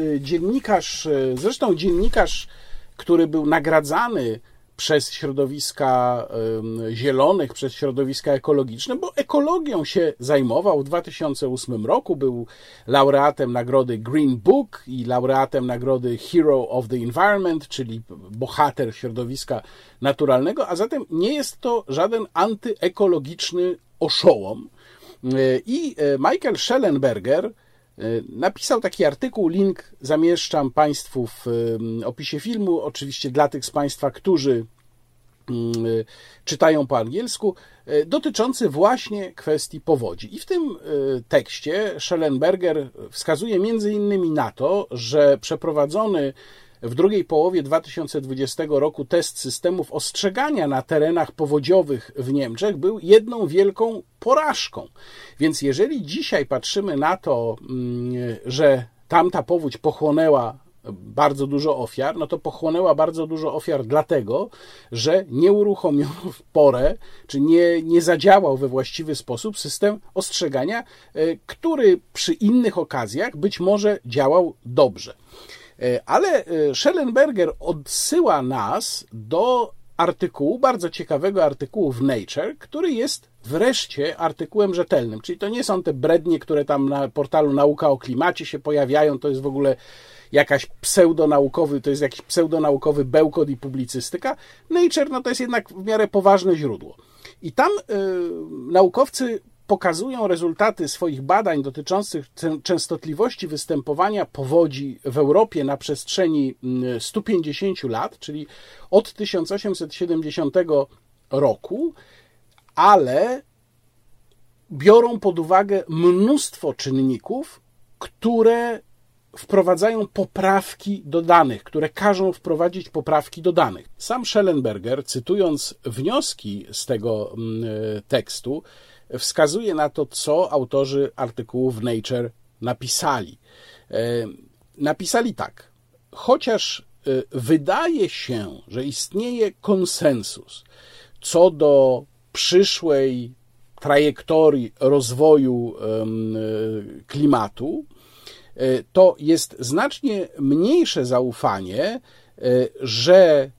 dziennikarz, który był nagradzany przez środowiska zielonych, przez środowiska ekologiczne, bo ekologią się zajmował. W 2008 roku był laureatem nagrody Green Book i laureatem nagrody Hero of the Environment, czyli bohater środowiska naturalnego, a zatem nie jest to żaden antyekologiczny oszołom. I Michael Schellenberger napisał taki artykuł, link zamieszczam Państwu w opisie filmu, oczywiście dla tych z Państwa, którzy czytają po angielsku, dotyczący właśnie kwestii powodzi. I w tym tekście Schellenberger wskazuje między innymi na to, że przeprowadzony w drugiej połowie 2020 roku test systemów ostrzegania na terenach powodziowych w Niemczech był jedną wielką porażką. Więc jeżeli dzisiaj patrzymy na to, że tamta powódź pochłonęła bardzo dużo ofiar, no to pochłonęła bardzo dużo ofiar dlatego, że nie uruchomiono w porę, czy nie zadziałał we właściwy sposób system ostrzegania, który przy innych okazjach być może działał dobrze. Ale Schellenberger odsyła nas do artykułu, bardzo ciekawego artykułu w Nature, który jest wreszcie artykułem rzetelnym. Czyli to nie są te brednie, które tam na portalu Nauka o Klimacie się pojawiają, to jest w ogóle jakiś pseudonaukowy bełkot i publicystyka. Nature, no to jest jednak w miarę poważne źródło. I tam naukowcy pokazują rezultaty swoich badań dotyczących częstotliwości występowania powodzi w Europie na przestrzeni 150 lat, czyli od 1870 roku, ale biorą pod uwagę mnóstwo czynników, które wprowadzają poprawki do danych, które każą wprowadzić poprawki do danych. Sam Schellenberger, cytując wnioski z tego tekstu, wskazuje na to, co autorzy artykułów w Nature napisali. Napisali tak: chociaż wydaje się, że istnieje konsensus co do przyszłej trajektorii rozwoju klimatu, to jest znacznie mniejsze zaufanie, że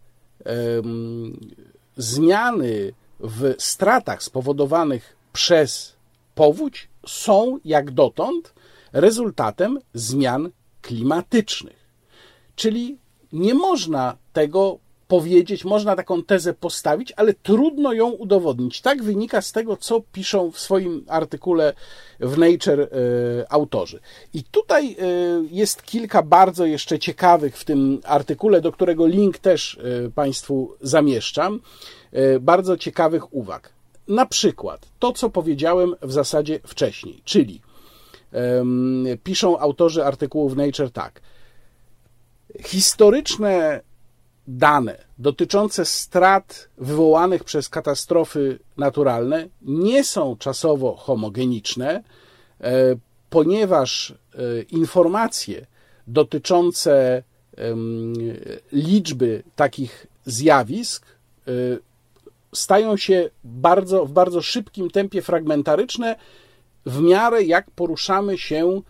zmiany w stratach spowodowanych przez powódź są jak dotąd rezultatem zmian klimatycznych. Czyli nie można tego powiedzieć, można taką tezę postawić, ale trudno ją udowodnić. Tak wynika z tego, co piszą w swoim artykule w Nature autorzy. I tutaj jest kilka bardzo jeszcze ciekawych w tym artykule, do którego link też Państwu zamieszczam, bardzo ciekawych uwag. Na przykład to, co powiedziałem w zasadzie wcześniej, czyli piszą autorzy artykułu w Nature tak: historyczne dane dotyczące strat wywołanych przez katastrofy naturalne nie są czasowo homogeniczne, ponieważ informacje dotyczące liczby takich zjawisk stają się w bardzo szybkim tempie fragmentaryczne w miarę jak poruszamy się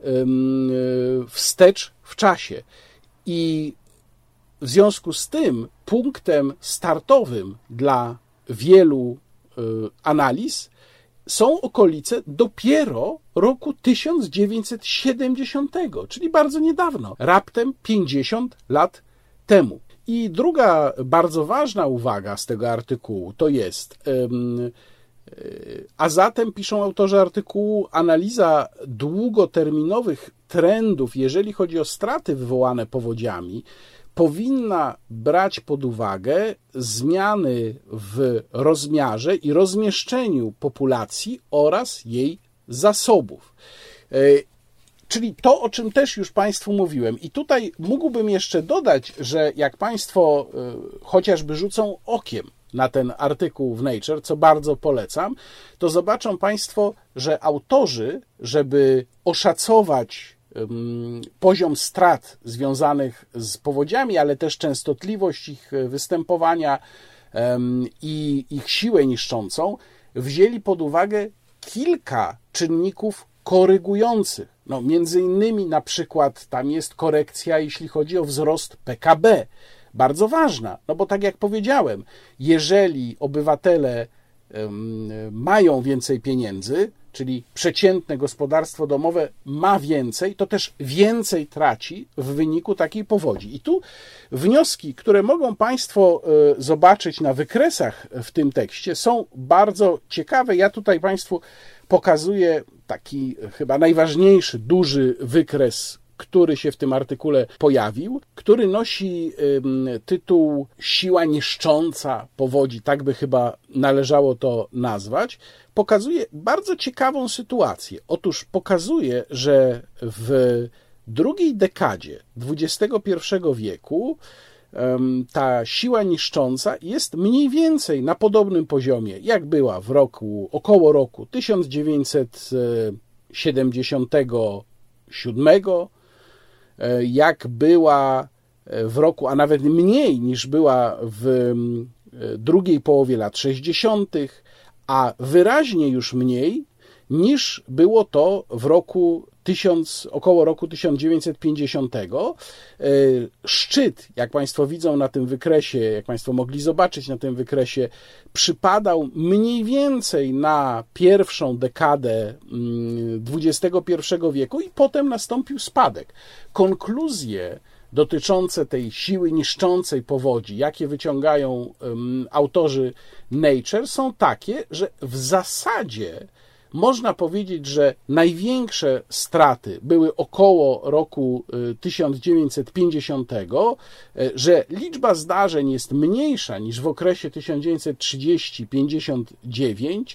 wstecz w czasie. I w związku z tym punktem startowym dla wielu analiz są okolice dopiero roku 1970, czyli bardzo niedawno, raptem 50 lat temu. I druga bardzo ważna uwaga z tego artykułu to jest, a zatem, piszą autorzy artykułu, analiza długoterminowych trendów, jeżeli chodzi o straty wywołane powodziami, powinna brać pod uwagę zmiany w rozmiarze i rozmieszczeniu populacji oraz jej zasobów. Czyli to, o czym też już Państwu mówiłem. I tutaj mógłbym jeszcze dodać, że jak Państwo chociażby rzucą okiem na ten artykuł w Nature, co bardzo polecam, to zobaczą Państwo, że autorzy, żeby oszacować poziom strat związanych z powodziami, ale też częstotliwość ich występowania i ich siłę niszczącą, wzięli pod uwagę kilka czynników korygujących. No, między innymi na przykład tam jest korekcja, jeśli chodzi o wzrost PKB. Bardzo ważna, no bo tak jak powiedziałem, jeżeli obywatele mają więcej pieniędzy, czyli przeciętne gospodarstwo domowe ma więcej, to też więcej traci w wyniku takiej powodzi. I tu wnioski, które mogą Państwo zobaczyć na wykresach w tym tekście, są bardzo ciekawe. Ja tutaj Państwu pokazuję taki chyba najważniejszy, duży wykres, który się w tym artykule pojawił, który nosi tytuł Siła niszcząca powodzi, tak by chyba należało to nazwać. Pokazuje bardzo ciekawą sytuację. Otóż pokazuje, że w drugiej dekadzie XXI wieku ta siła niszcząca jest mniej więcej na podobnym poziomie, jak była około roku 1977, jak była w roku, a nawet mniej niż była w drugiej połowie lat 60., a wyraźnie już mniej niż było to w około roku 1950. Szczyt, jak Państwo widzą na tym wykresie, jak Państwo mogli zobaczyć na tym wykresie, przypadał mniej więcej na pierwszą dekadę XXI wieku i potem nastąpił spadek. Konkluzje dotyczące tej siły niszczącej powodzi, jakie wyciągają autorzy Nature, są takie, że w zasadzie można powiedzieć, że największe straty były około roku 1950, że liczba zdarzeń jest mniejsza niż w okresie 1930-59,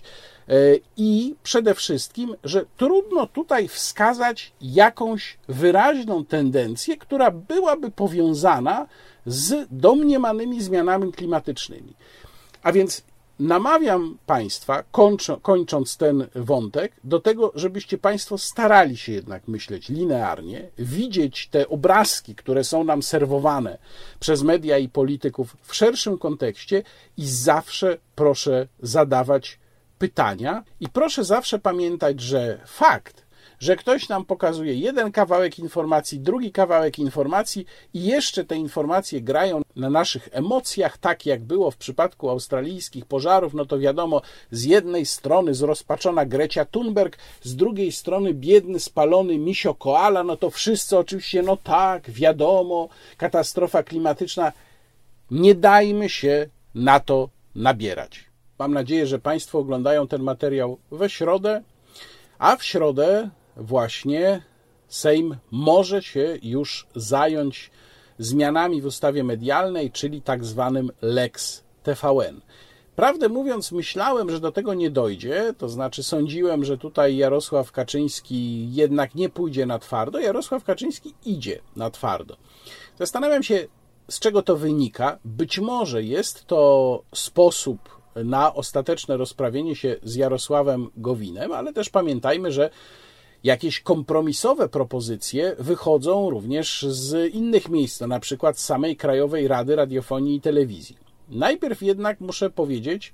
I przede wszystkim, że trudno tutaj wskazać jakąś wyraźną tendencję, która byłaby powiązana z domniemanymi zmianami klimatycznymi. A więc namawiam Państwa, kończąc ten wątek, do tego, żebyście Państwo starali się jednak myśleć linearnie, widzieć te obrazki, które są nam serwowane przez media i polityków w szerszym kontekście i zawsze proszę zadawać pytania i proszę zawsze pamiętać, że fakt, że ktoś nam pokazuje jeden kawałek informacji, drugi kawałek informacji i jeszcze te informacje grają na naszych emocjach, tak jak było w przypadku australijskich pożarów, no to wiadomo, z jednej strony zrozpaczona Grecia Thunberg, z drugiej strony biedny, spalony misio koala, no to wszyscy oczywiście, no tak, wiadomo, katastrofa klimatyczna. Nie dajmy się na to nabierać. Mam nadzieję, że Państwo oglądają ten materiał we środę, a w środę właśnie Sejm może się już zająć zmianami w ustawie medialnej, czyli tak zwanym Lex TVN. Prawdę mówiąc, myślałem, że do tego nie dojdzie, to znaczy sądziłem, że tutaj Jarosław Kaczyński jednak nie pójdzie na twardo. Jarosław Kaczyński idzie na twardo. Zastanawiam się, z czego to wynika. Być może jest to sposób na ostateczne rozprawienie się z Jarosławem Gowinem, ale też pamiętajmy, że jakieś kompromisowe propozycje wychodzą również z innych miejsc, na przykład z samej Krajowej Rady Radiofonii i Telewizji. Najpierw jednak muszę powiedzieć,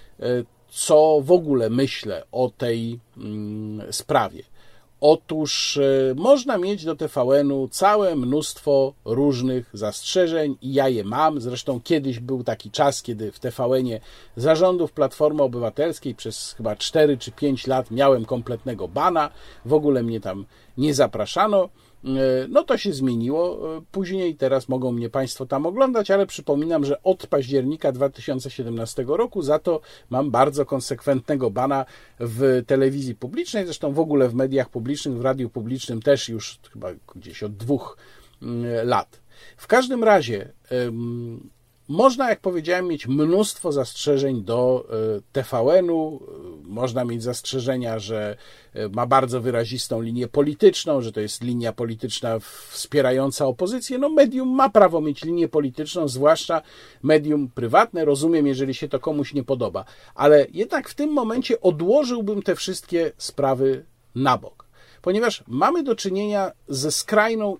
co w ogóle myślę o tej sprawie. Otóż można mieć do TVN-u całe mnóstwo różnych zastrzeżeń i ja je mam. Zresztą kiedyś był taki czas, kiedy w TVN-ie zarządów Platformy Obywatelskiej przez chyba 4 czy 5 lat miałem kompletnego bana. W ogóle mnie tam nie zapraszano. No to się zmieniło. Później teraz mogą mnie Państwo tam oglądać, ale przypominam, że od października 2017 roku za to mam bardzo konsekwentnego bana w telewizji publicznej, zresztą w ogóle w mediach publicznych, w radiu publicznym też już chyba gdzieś od 2 lat. W każdym razie można, jak powiedziałem, mieć mnóstwo zastrzeżeń do TVN-u. Można mieć zastrzeżenia, że ma bardzo wyrazistą linię polityczną, że to jest linia polityczna wspierająca opozycję. No medium ma prawo mieć linię polityczną, zwłaszcza medium prywatne. Rozumiem, jeżeli się to komuś nie podoba. Ale jednak w tym momencie odłożyłbym te wszystkie sprawy na bok. Ponieważ mamy do czynienia ze skrajną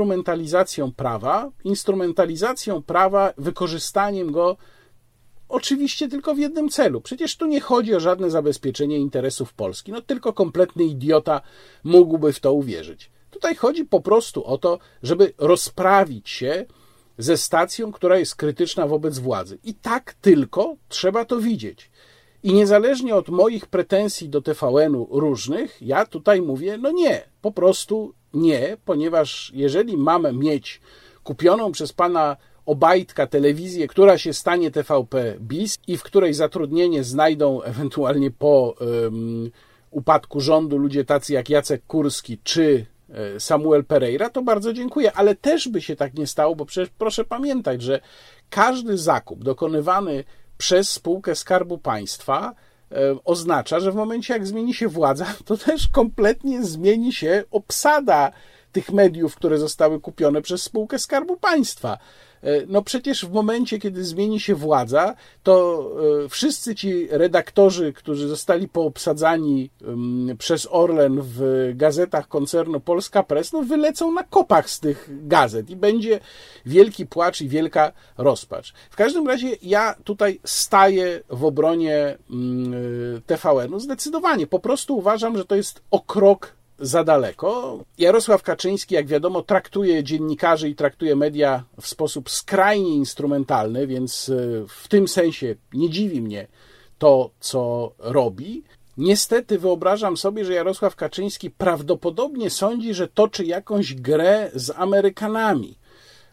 instrumentalizacją prawa, wykorzystaniem go oczywiście tylko w jednym celu. Przecież tu nie chodzi o żadne zabezpieczenie interesów Polski. No tylko kompletny idiota mógłby w to uwierzyć. Tutaj chodzi po prostu o to, żeby rozprawić się ze stacją, która jest krytyczna wobec władzy. I tak tylko trzeba to widzieć. I niezależnie od moich pretensji do TVN-u różnych, ja tutaj mówię, no nie, po prostu nie, ponieważ jeżeli mamy mieć kupioną przez pana Obajtka telewizję, która się stanie TVP BIS i w której zatrudnienie znajdą ewentualnie po upadku rządu ludzie tacy jak Jacek Kurski czy Samuel Pereira, to bardzo dziękuję, ale też by się tak nie stało, bo przecież proszę pamiętać, że każdy zakup dokonywany przez spółkę Skarbu Państwa oznacza, że w momencie jak zmieni się władza, to też kompletnie zmieni się obsada tych mediów, które zostały kupione przez spółkę Skarbu Państwa. No przecież w momencie, kiedy zmieni się władza, to wszyscy ci redaktorzy, którzy zostali poobsadzani przez Orlen w gazetach koncernu Polska Press, no wylecą na kopach z tych gazet i będzie wielki płacz i wielka rozpacz. W każdym razie ja tutaj staję w obronie TVN-u zdecydowanie. Po prostu uważam, że to jest o krok za daleko. Jarosław Kaczyński, jak wiadomo, traktuje dziennikarzy i traktuje media w sposób skrajnie instrumentalny, więc w tym sensie nie dziwi mnie to, co robi. Niestety wyobrażam sobie, że Jarosław Kaczyński prawdopodobnie sądzi, że toczy jakąś grę z Amerykanami.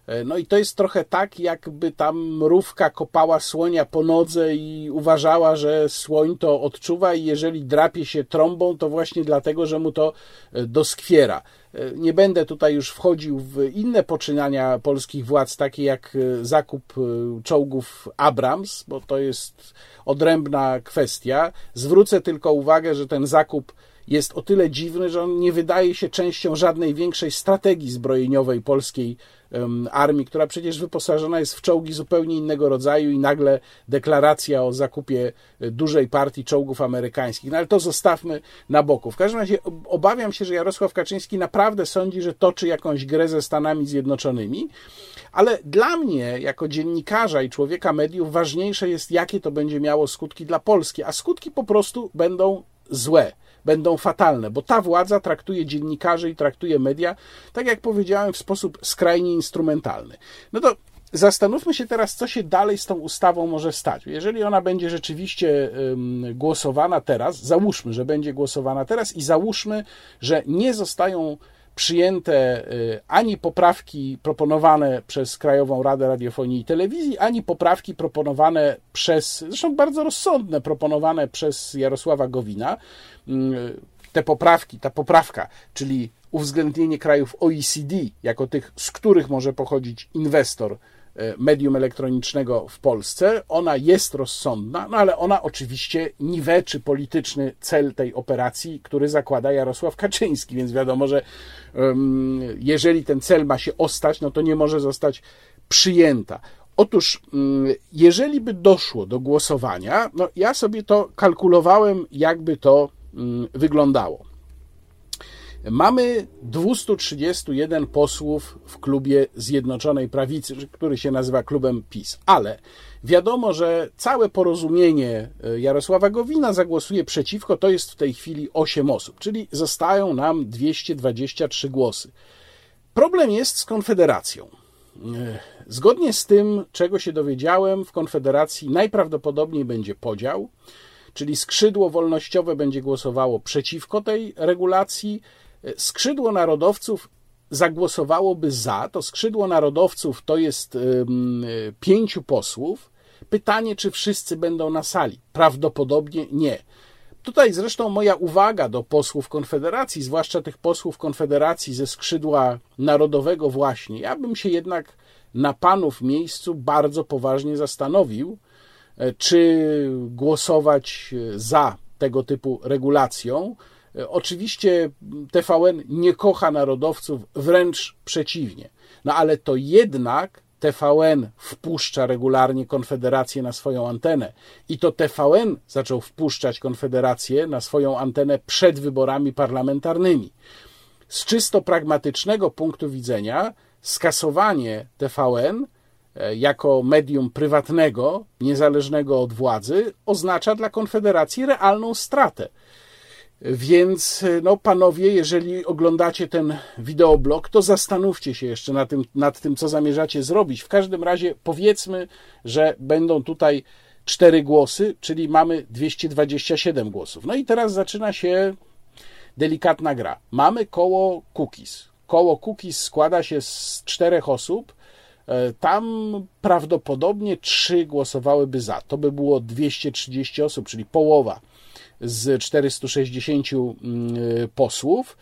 No i to jest trochę tak, jakby tam mrówka kopała słonia po nodze i uważała, że słoń to odczuwa i jeżeli drapie się trąbą, to właśnie dlatego, że mu to doskwiera. Nie będę tutaj już wchodził w inne poczynania polskich władz, takie jak zakup czołgów Abrams, bo to jest odrębna kwestia. Zwrócę tylko uwagę, że ten zakup jest o tyle dziwny, że on nie wydaje się częścią żadnej większej strategii zbrojeniowej polskiej armii, która przecież wyposażona jest w czołgi zupełnie innego rodzaju i nagle deklaracja o zakupie dużej partii czołgów amerykańskich. No ale to zostawmy na boku. W każdym razie obawiam się, że Jarosław Kaczyński naprawdę sądzi, że toczy jakąś grę ze Stanami Zjednoczonymi, ale dla mnie, jako dziennikarza i człowieka mediów, ważniejsze jest, jakie to będzie miało skutki dla Polski, a skutki po prostu będą złe. Będą fatalne, bo ta władza traktuje dziennikarzy i traktuje media, tak jak powiedziałem, w sposób skrajnie instrumentalny. No to zastanówmy się teraz, co się dalej z tą ustawą może stać. Jeżeli ona będzie rzeczywiście głosowana teraz, załóżmy, że będzie głosowana teraz i załóżmy, że nie zostają przyjęte ani poprawki proponowane przez Krajową Radę Radiofonii i Telewizji, ani poprawki proponowane zresztą bardzo rozsądne, proponowane przez Jarosława Gowina. Ta poprawka, czyli uwzględnienie krajów OECD jako tych, z których może pochodzić inwestor medium elektronicznego w Polsce, ona jest rozsądna, no ale ona oczywiście niweczy polityczny cel tej operacji, który zakłada Jarosław Kaczyński, więc wiadomo, że jeżeli ten cel ma się ostać, no to nie może zostać przyjęta. Otóż, jeżeli by doszło do głosowania, no ja sobie to kalkulowałem, jakby to wyglądało. Mamy 231 posłów w klubie Zjednoczonej Prawicy, który się nazywa klubem PiS, ale wiadomo, że całe porozumienie Jarosława Gowina zagłosuje przeciwko, to jest w tej chwili 8 osób, czyli zostają nam 223 głosy. Problem jest z Konfederacją. Zgodnie z tym, czego się dowiedziałem, w Konfederacji najprawdopodobniej będzie podział, czyli skrzydło wolnościowe będzie głosowało przeciwko tej regulacji, skrzydło narodowców zagłosowałoby za. To skrzydło narodowców to jest 5 posłów. Pytanie, czy wszyscy będą na sali? Prawdopodobnie nie. Tutaj zresztą moja uwaga do posłów Konfederacji, zwłaszcza tych posłów Konfederacji ze skrzydła narodowego właśnie, ja bym się jednak na panów miejscu bardzo poważnie zastanowił, czy głosować za tego typu regulacją. Oczywiście TVN nie kocha narodowców, wręcz przeciwnie. No ale to jednak TVN wpuszcza regularnie Konfederację na swoją antenę. I to TVN zaczął wpuszczać Konfederację na swoją antenę przed wyborami parlamentarnymi. Z czysto pragmatycznego punktu widzenia skasowanie TVN jako medium prywatnego, niezależnego od władzy, oznacza dla Konfederacji realną stratę. Więc no panowie, jeżeli oglądacie ten wideoblog, to zastanówcie się jeszcze nad tym, co zamierzacie zrobić. W każdym razie powiedzmy, że będą tutaj 4 głosy, czyli mamy 227 głosów. No i teraz zaczyna się delikatna gra. Mamy koło Kukiz. Koło Kukiz składa się z 4 osób. Tam prawdopodobnie 3 głosowałyby za. To by było 230 osób, czyli połowa z 460 posłów,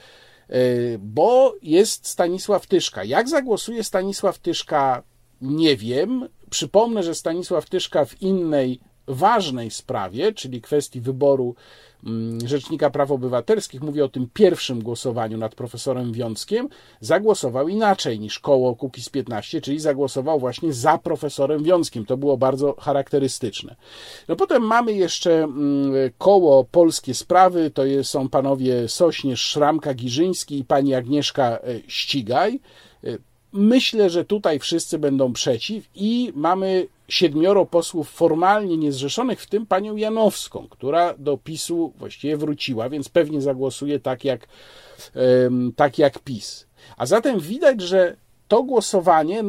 bo jest Stanisław Tyszka. Jak zagłosuje Stanisław Tyszka, nie wiem. Przypomnę, że Stanisław Tyszka w innej ważnej sprawie, czyli kwestii wyboru Rzecznika Praw Obywatelskich, mówię o tym pierwszym głosowaniu nad profesorem Wiąckiem, zagłosował inaczej niż koło Kukiz 15, czyli zagłosował właśnie za profesorem Wiąckiem. To było bardzo charakterystyczne. No potem mamy jeszcze koło Polskie Sprawy, to są panowie Sośnierz, Szramka, Giżyński i pani Agnieszka Ścigaj. Myślę, że tutaj wszyscy będą przeciw i mamy 7 posłów formalnie niezrzeszonych, w tym panią Janowską, która do PiS-u właściwie wróciła, więc pewnie zagłosuje tak jak PiS. A zatem widać, że to głosowanie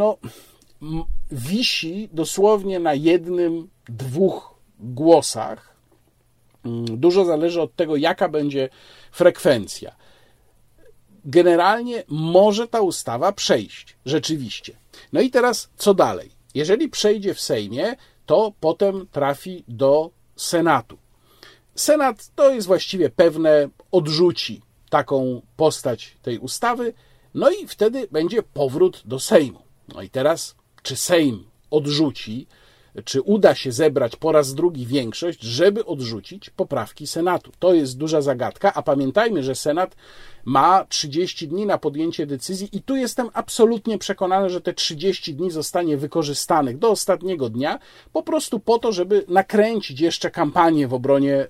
wisi dosłownie na 1-2 głosach. Dużo zależy od tego, jaka będzie frekwencja. generalnie może ta ustawa przejść, rzeczywiście. No i teraz co dalej? Jeżeli przejdzie w Sejmie, to potem trafi do Senatu. Senat, to jest właściwie pewne, odrzuci taką postać tej ustawy, no i wtedy będzie powrót do Sejmu. No i teraz, czy Sejm odrzuci, czy uda się zebrać po raz drugi większość, żeby odrzucić poprawki Senatu? To jest duża zagadka, a pamiętajmy, że Senat ma 30 dni na podjęcie decyzji i tu jestem absolutnie przekonany, że te 30 dni zostanie wykorzystanych do ostatniego dnia, po prostu po to, żeby nakręcić jeszcze kampanię w obronie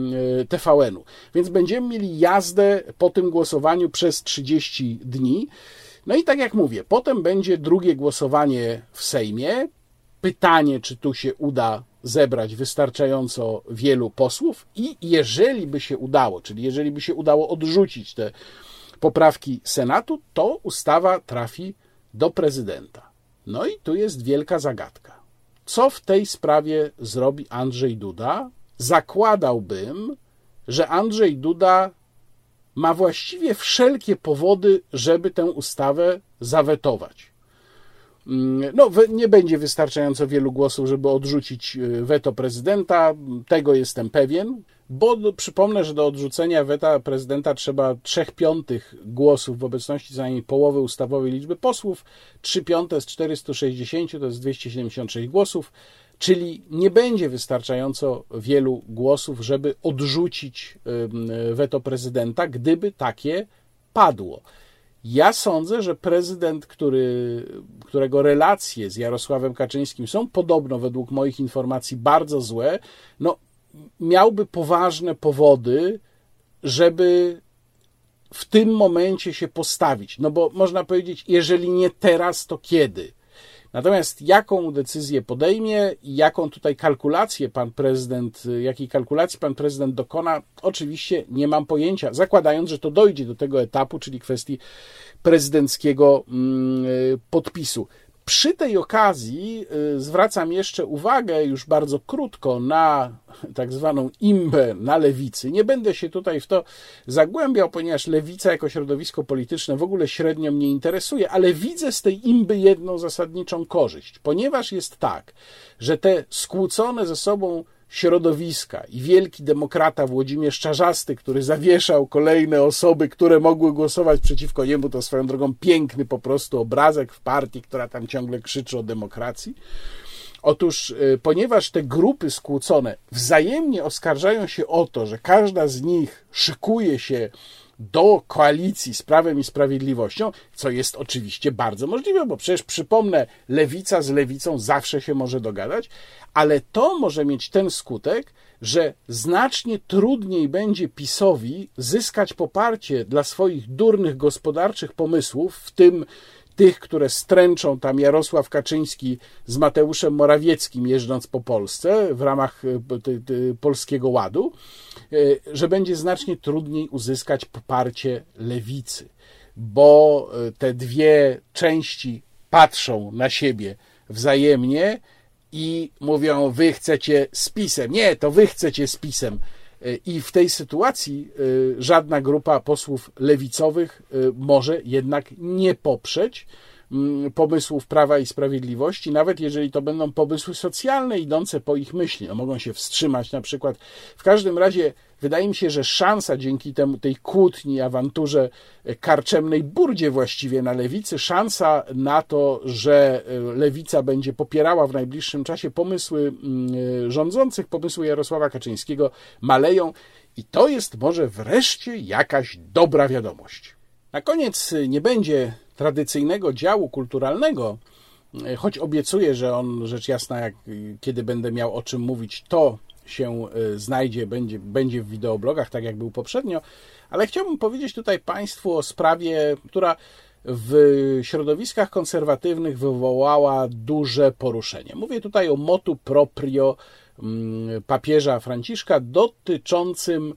TVN-u. Więc będziemy mieli jazdę po tym głosowaniu przez 30 dni. No i tak jak mówię, potem będzie drugie głosowanie w Sejmie. Pytanie, czy tu się uda zebrać wystarczająco wielu posłów i jeżeli by się udało, czyli jeżeli by się udało odrzucić te poprawki Senatu, to ustawa trafi do prezydenta. No i tu jest wielka zagadka. Co w tej sprawie zrobi Andrzej Duda? Zakładałbym, że Andrzej Duda ma właściwie wszelkie powody, żeby tę ustawę zawetować. No, nie będzie wystarczająco wielu głosów, żeby odrzucić weto prezydenta, tego jestem pewien, bo przypomnę, że do odrzucenia weta prezydenta trzeba 3/5 głosów w obecności co najmniej połowy ustawowej liczby posłów, 3/5 z 460 to jest 276 głosów, czyli nie będzie wystarczająco wielu głosów, żeby odrzucić weto prezydenta, gdyby takie padło. Ja sądzę, że prezydent, którego relacje z Jarosławem Kaczyńskim są podobno, według moich informacji, bardzo złe, no, miałby poważne powody, żeby w tym momencie się postawić. No bo można powiedzieć, jeżeli nie teraz, to kiedy? Natomiast jaką decyzję podejmie i jaką tutaj jakiej kalkulacji pan prezydent dokona, oczywiście nie mam pojęcia, zakładając, że to dojdzie do tego etapu, czyli kwestii prezydenckiego podpisu. Przy tej okazji zwracam jeszcze uwagę już bardzo krótko na tak zwaną imbę na lewicy. Nie będę się tutaj w to zagłębiał, ponieważ lewica jako środowisko polityczne w ogóle średnio mnie interesuje, ale widzę z tej imby jedną zasadniczą korzyść, ponieważ jest tak, że te skłócone ze sobą środowiska i wielki demokrata Włodzimierz Czarzasty, który zawieszał kolejne osoby, które mogły głosować przeciwko niemu, to swoją drogą piękny po prostu obrazek w partii, która tam ciągle krzyczy o demokracji. Otóż, ponieważ te grupy skłócone wzajemnie oskarżają się o to, że każda z nich szykuje się do koalicji z Prawem i Sprawiedliwością, co jest oczywiście bardzo możliwe, bo przecież przypomnę, lewica z lewicą zawsze się może dogadać, ale to może mieć ten skutek, że znacznie trudniej będzie PiS-owi zyskać poparcie dla swoich durnych gospodarczych pomysłów, w tym tych, które stręczą tam Jarosław Kaczyński z Mateuszem Morawieckim jeżdżąc po Polsce w ramach Polskiego Ładu, że będzie znacznie trudniej uzyskać poparcie lewicy, bo te dwie części patrzą na siebie wzajemnie i mówią, wy chcecie z PiS-em. Nie, to wy chcecie z PiS-em. I w tej sytuacji żadna grupa posłów lewicowych może jednak nie poprzeć pomysłów Prawa i Sprawiedliwości, nawet jeżeli to będą pomysły socjalne idące po ich myśli. No, mogą się wstrzymać na przykład. W każdym razie wydaje mi się, że szansa dzięki tej kłótni, awanturze, karczemnej burdzie właściwie na lewicy, szansa na to, że lewica będzie popierała w najbliższym czasie pomysły rządzących, pomysły Jarosława Kaczyńskiego, maleją i to jest może wreszcie jakaś dobra wiadomość. Na koniec nie będzie tradycyjnego działu kulturalnego, choć obiecuję, że on rzecz jasna, kiedy będę miał o czym mówić, to się znajdzie, będzie w wideoblogach, tak jak był poprzednio, ale chciałbym powiedzieć tutaj Państwu o sprawie, która w środowiskach konserwatywnych wywołała duże poruszenie. Mówię tutaj o motu proprio papieża Franciszka dotyczącym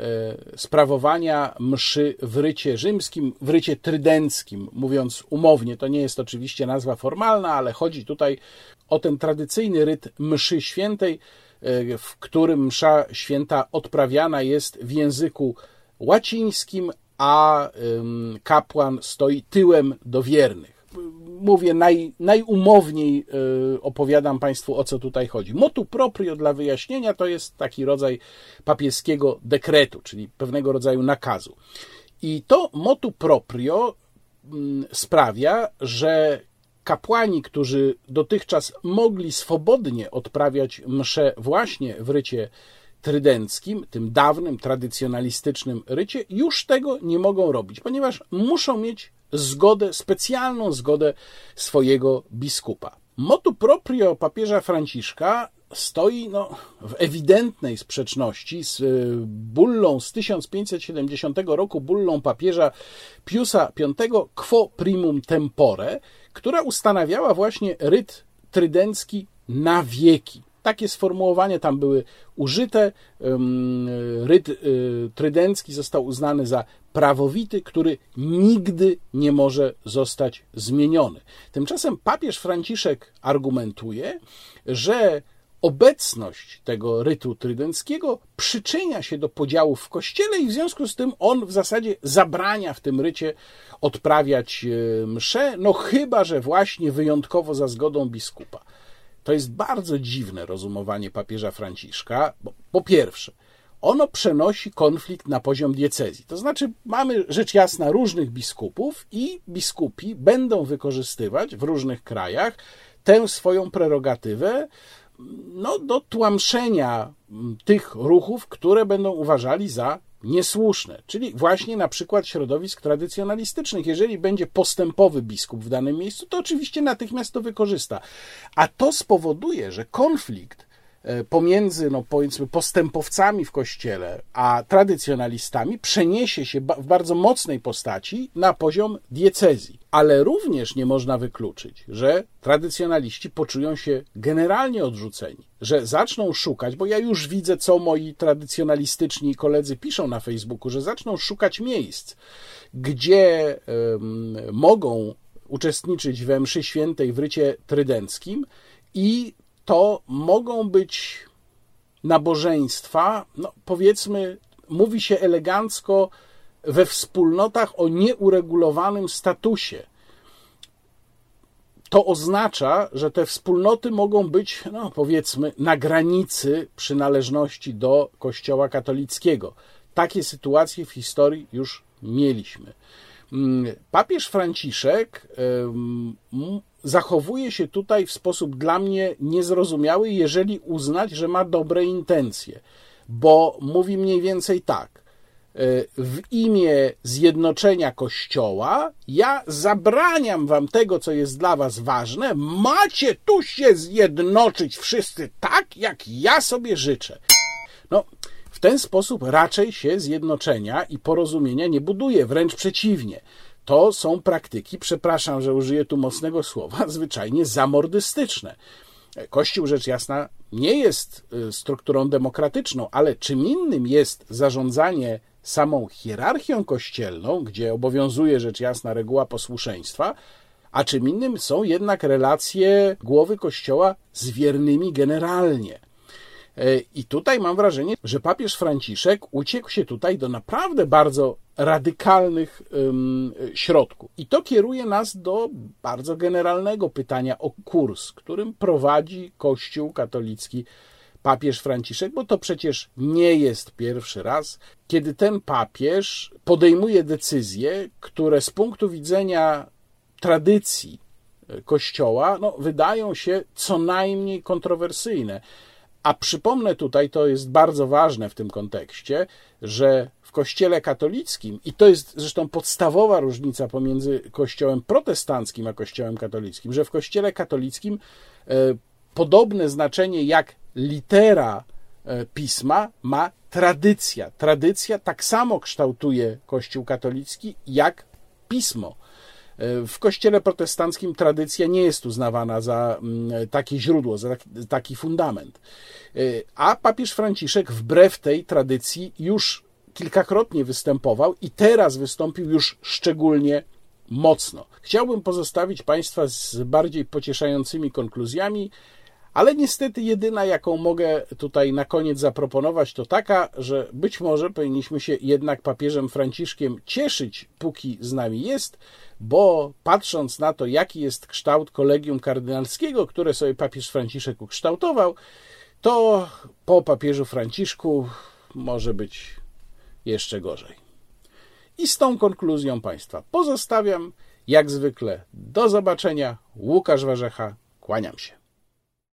sprawowania mszy w rycie rzymskim, w rycie trydenckim, mówiąc umownie. To nie jest oczywiście nazwa formalna, ale chodzi tutaj o ten tradycyjny ryt mszy świętej, w którym msza święta odprawiana jest w języku łacińskim, a kapłan stoi tyłem do wiernych. Mówię najumowniej, opowiadam Państwu, o co tutaj chodzi. Motu proprio dla wyjaśnienia to jest taki rodzaj papieskiego dekretu, czyli pewnego rodzaju nakazu. I to motu proprio sprawia, że kapłani, którzy dotychczas mogli swobodnie odprawiać mszę właśnie w rycie trydenckim, tym dawnym, tradycjonalistycznym rycie, już tego nie mogą robić, ponieważ muszą mieć zgodę, specjalną zgodę swojego biskupa. Motu proprio papieża Franciszka stoi w ewidentnej sprzeczności z bullą z 1570 roku, bullą papieża Piusa V Quo Primum Tempore, która ustanawiała właśnie ryt trydencki na wieki. Takie sformułowania tam były użyte. Ryt trydencki został uznany za prawowity, który nigdy nie może zostać zmieniony. Tymczasem papież Franciszek argumentuje, że obecność tego rytu trydenckiego przyczynia się do podziałów w Kościele i w związku z tym on w zasadzie zabrania w tym rycie odprawiać mszę, chyba że właśnie wyjątkowo za zgodą biskupa. To jest bardzo dziwne rozumowanie papieża Franciszka, bo po pierwsze, ono przenosi konflikt na poziom diecezji. To znaczy mamy rzecz jasna różnych biskupów i biskupi będą wykorzystywać w różnych krajach tę swoją prerogatywę do tłamszenia tych ruchów, które będą uważali za niesłuszne, czyli właśnie na przykład środowisk tradycjonalistycznych. Jeżeli będzie postępowy biskup w danym miejscu, to oczywiście natychmiast to wykorzysta. A to spowoduje, że konflikt pomiędzy, powiedzmy, postępowcami w Kościele a tradycjonalistami przeniesie się w bardzo mocnej postaci na poziom diecezji. Ale również nie można wykluczyć, że tradycjonaliści poczują się generalnie odrzuceni, że zaczną szukać, bo ja już widzę, co moi tradycjonalistyczni koledzy piszą na Facebooku, że zaczną szukać miejsc, gdzie mogą uczestniczyć we mszy świętej w rycie trydenckim i to mogą być nabożeństwa, powiedzmy, mówi się elegancko, we wspólnotach o nieuregulowanym statusie. To oznacza, że te wspólnoty mogą być, powiedzmy, na granicy przynależności do Kościoła katolickiego. Takie sytuacje w historii już mieliśmy. Papież Franciszek zachowuje się tutaj w sposób dla mnie niezrozumiały, jeżeli uznać, że ma dobre intencje, bo mówi mniej więcej tak: w imię zjednoczenia Kościoła ja zabraniam wam tego, co jest dla was ważne, macie tu się zjednoczyć wszyscy tak, jak ja sobie życzę. W ten sposób raczej się zjednoczenia i porozumienia nie buduje, wręcz przeciwnie. To są praktyki, przepraszam, że użyję tu mocnego słowa, zwyczajnie zamordystyczne. Kościół, rzecz jasna, nie jest strukturą demokratyczną, ale czym innym jest zarządzanie samą hierarchią kościelną, gdzie obowiązuje, rzecz jasna, reguła posłuszeństwa, a czym innym są jednak relacje głowy Kościoła z wiernymi generalnie. I tutaj mam wrażenie, że papież Franciszek uciekł się tutaj do naprawdę bardzo radykalnych środków. I to kieruje nas do bardzo generalnego pytania o kurs, którym prowadzi Kościół katolicki papież Franciszek, bo to przecież nie jest pierwszy raz, kiedy ten papież podejmuje decyzje, które z punktu widzenia tradycji Kościoła wydają się co najmniej kontrowersyjne. A przypomnę tutaj, to jest bardzo ważne w tym kontekście, że w Kościele katolickim, i to jest zresztą podstawowa różnica pomiędzy Kościołem protestanckim a Kościołem katolickim, że w Kościele katolickim podobne znaczenie jak litera pisma ma tradycja. Tradycja tak samo kształtuje Kościół katolicki jak pismo. W Kościele protestanckim tradycja nie jest uznawana za takie źródło, za taki fundament. A papież Franciszek wbrew tej tradycji już kilkakrotnie występował i teraz wystąpił już szczególnie mocno. Chciałbym pozostawić Państwa z bardziej pocieszającymi konkluzjami, Ale niestety jedyna, jaką mogę tutaj na koniec zaproponować, to taka, że być może powinniśmy się jednak papieżem Franciszkiem cieszyć, póki z nami jest, bo patrząc na to, jaki jest kształt kolegium kardynalskiego, które sobie papież Franciszek ukształtował, to po papieżu Franciszku może być jeszcze gorzej. I z tą konkluzją Państwa pozostawiam. Jak zwykle do zobaczenia. Łukasz Warzecha, kłaniam się.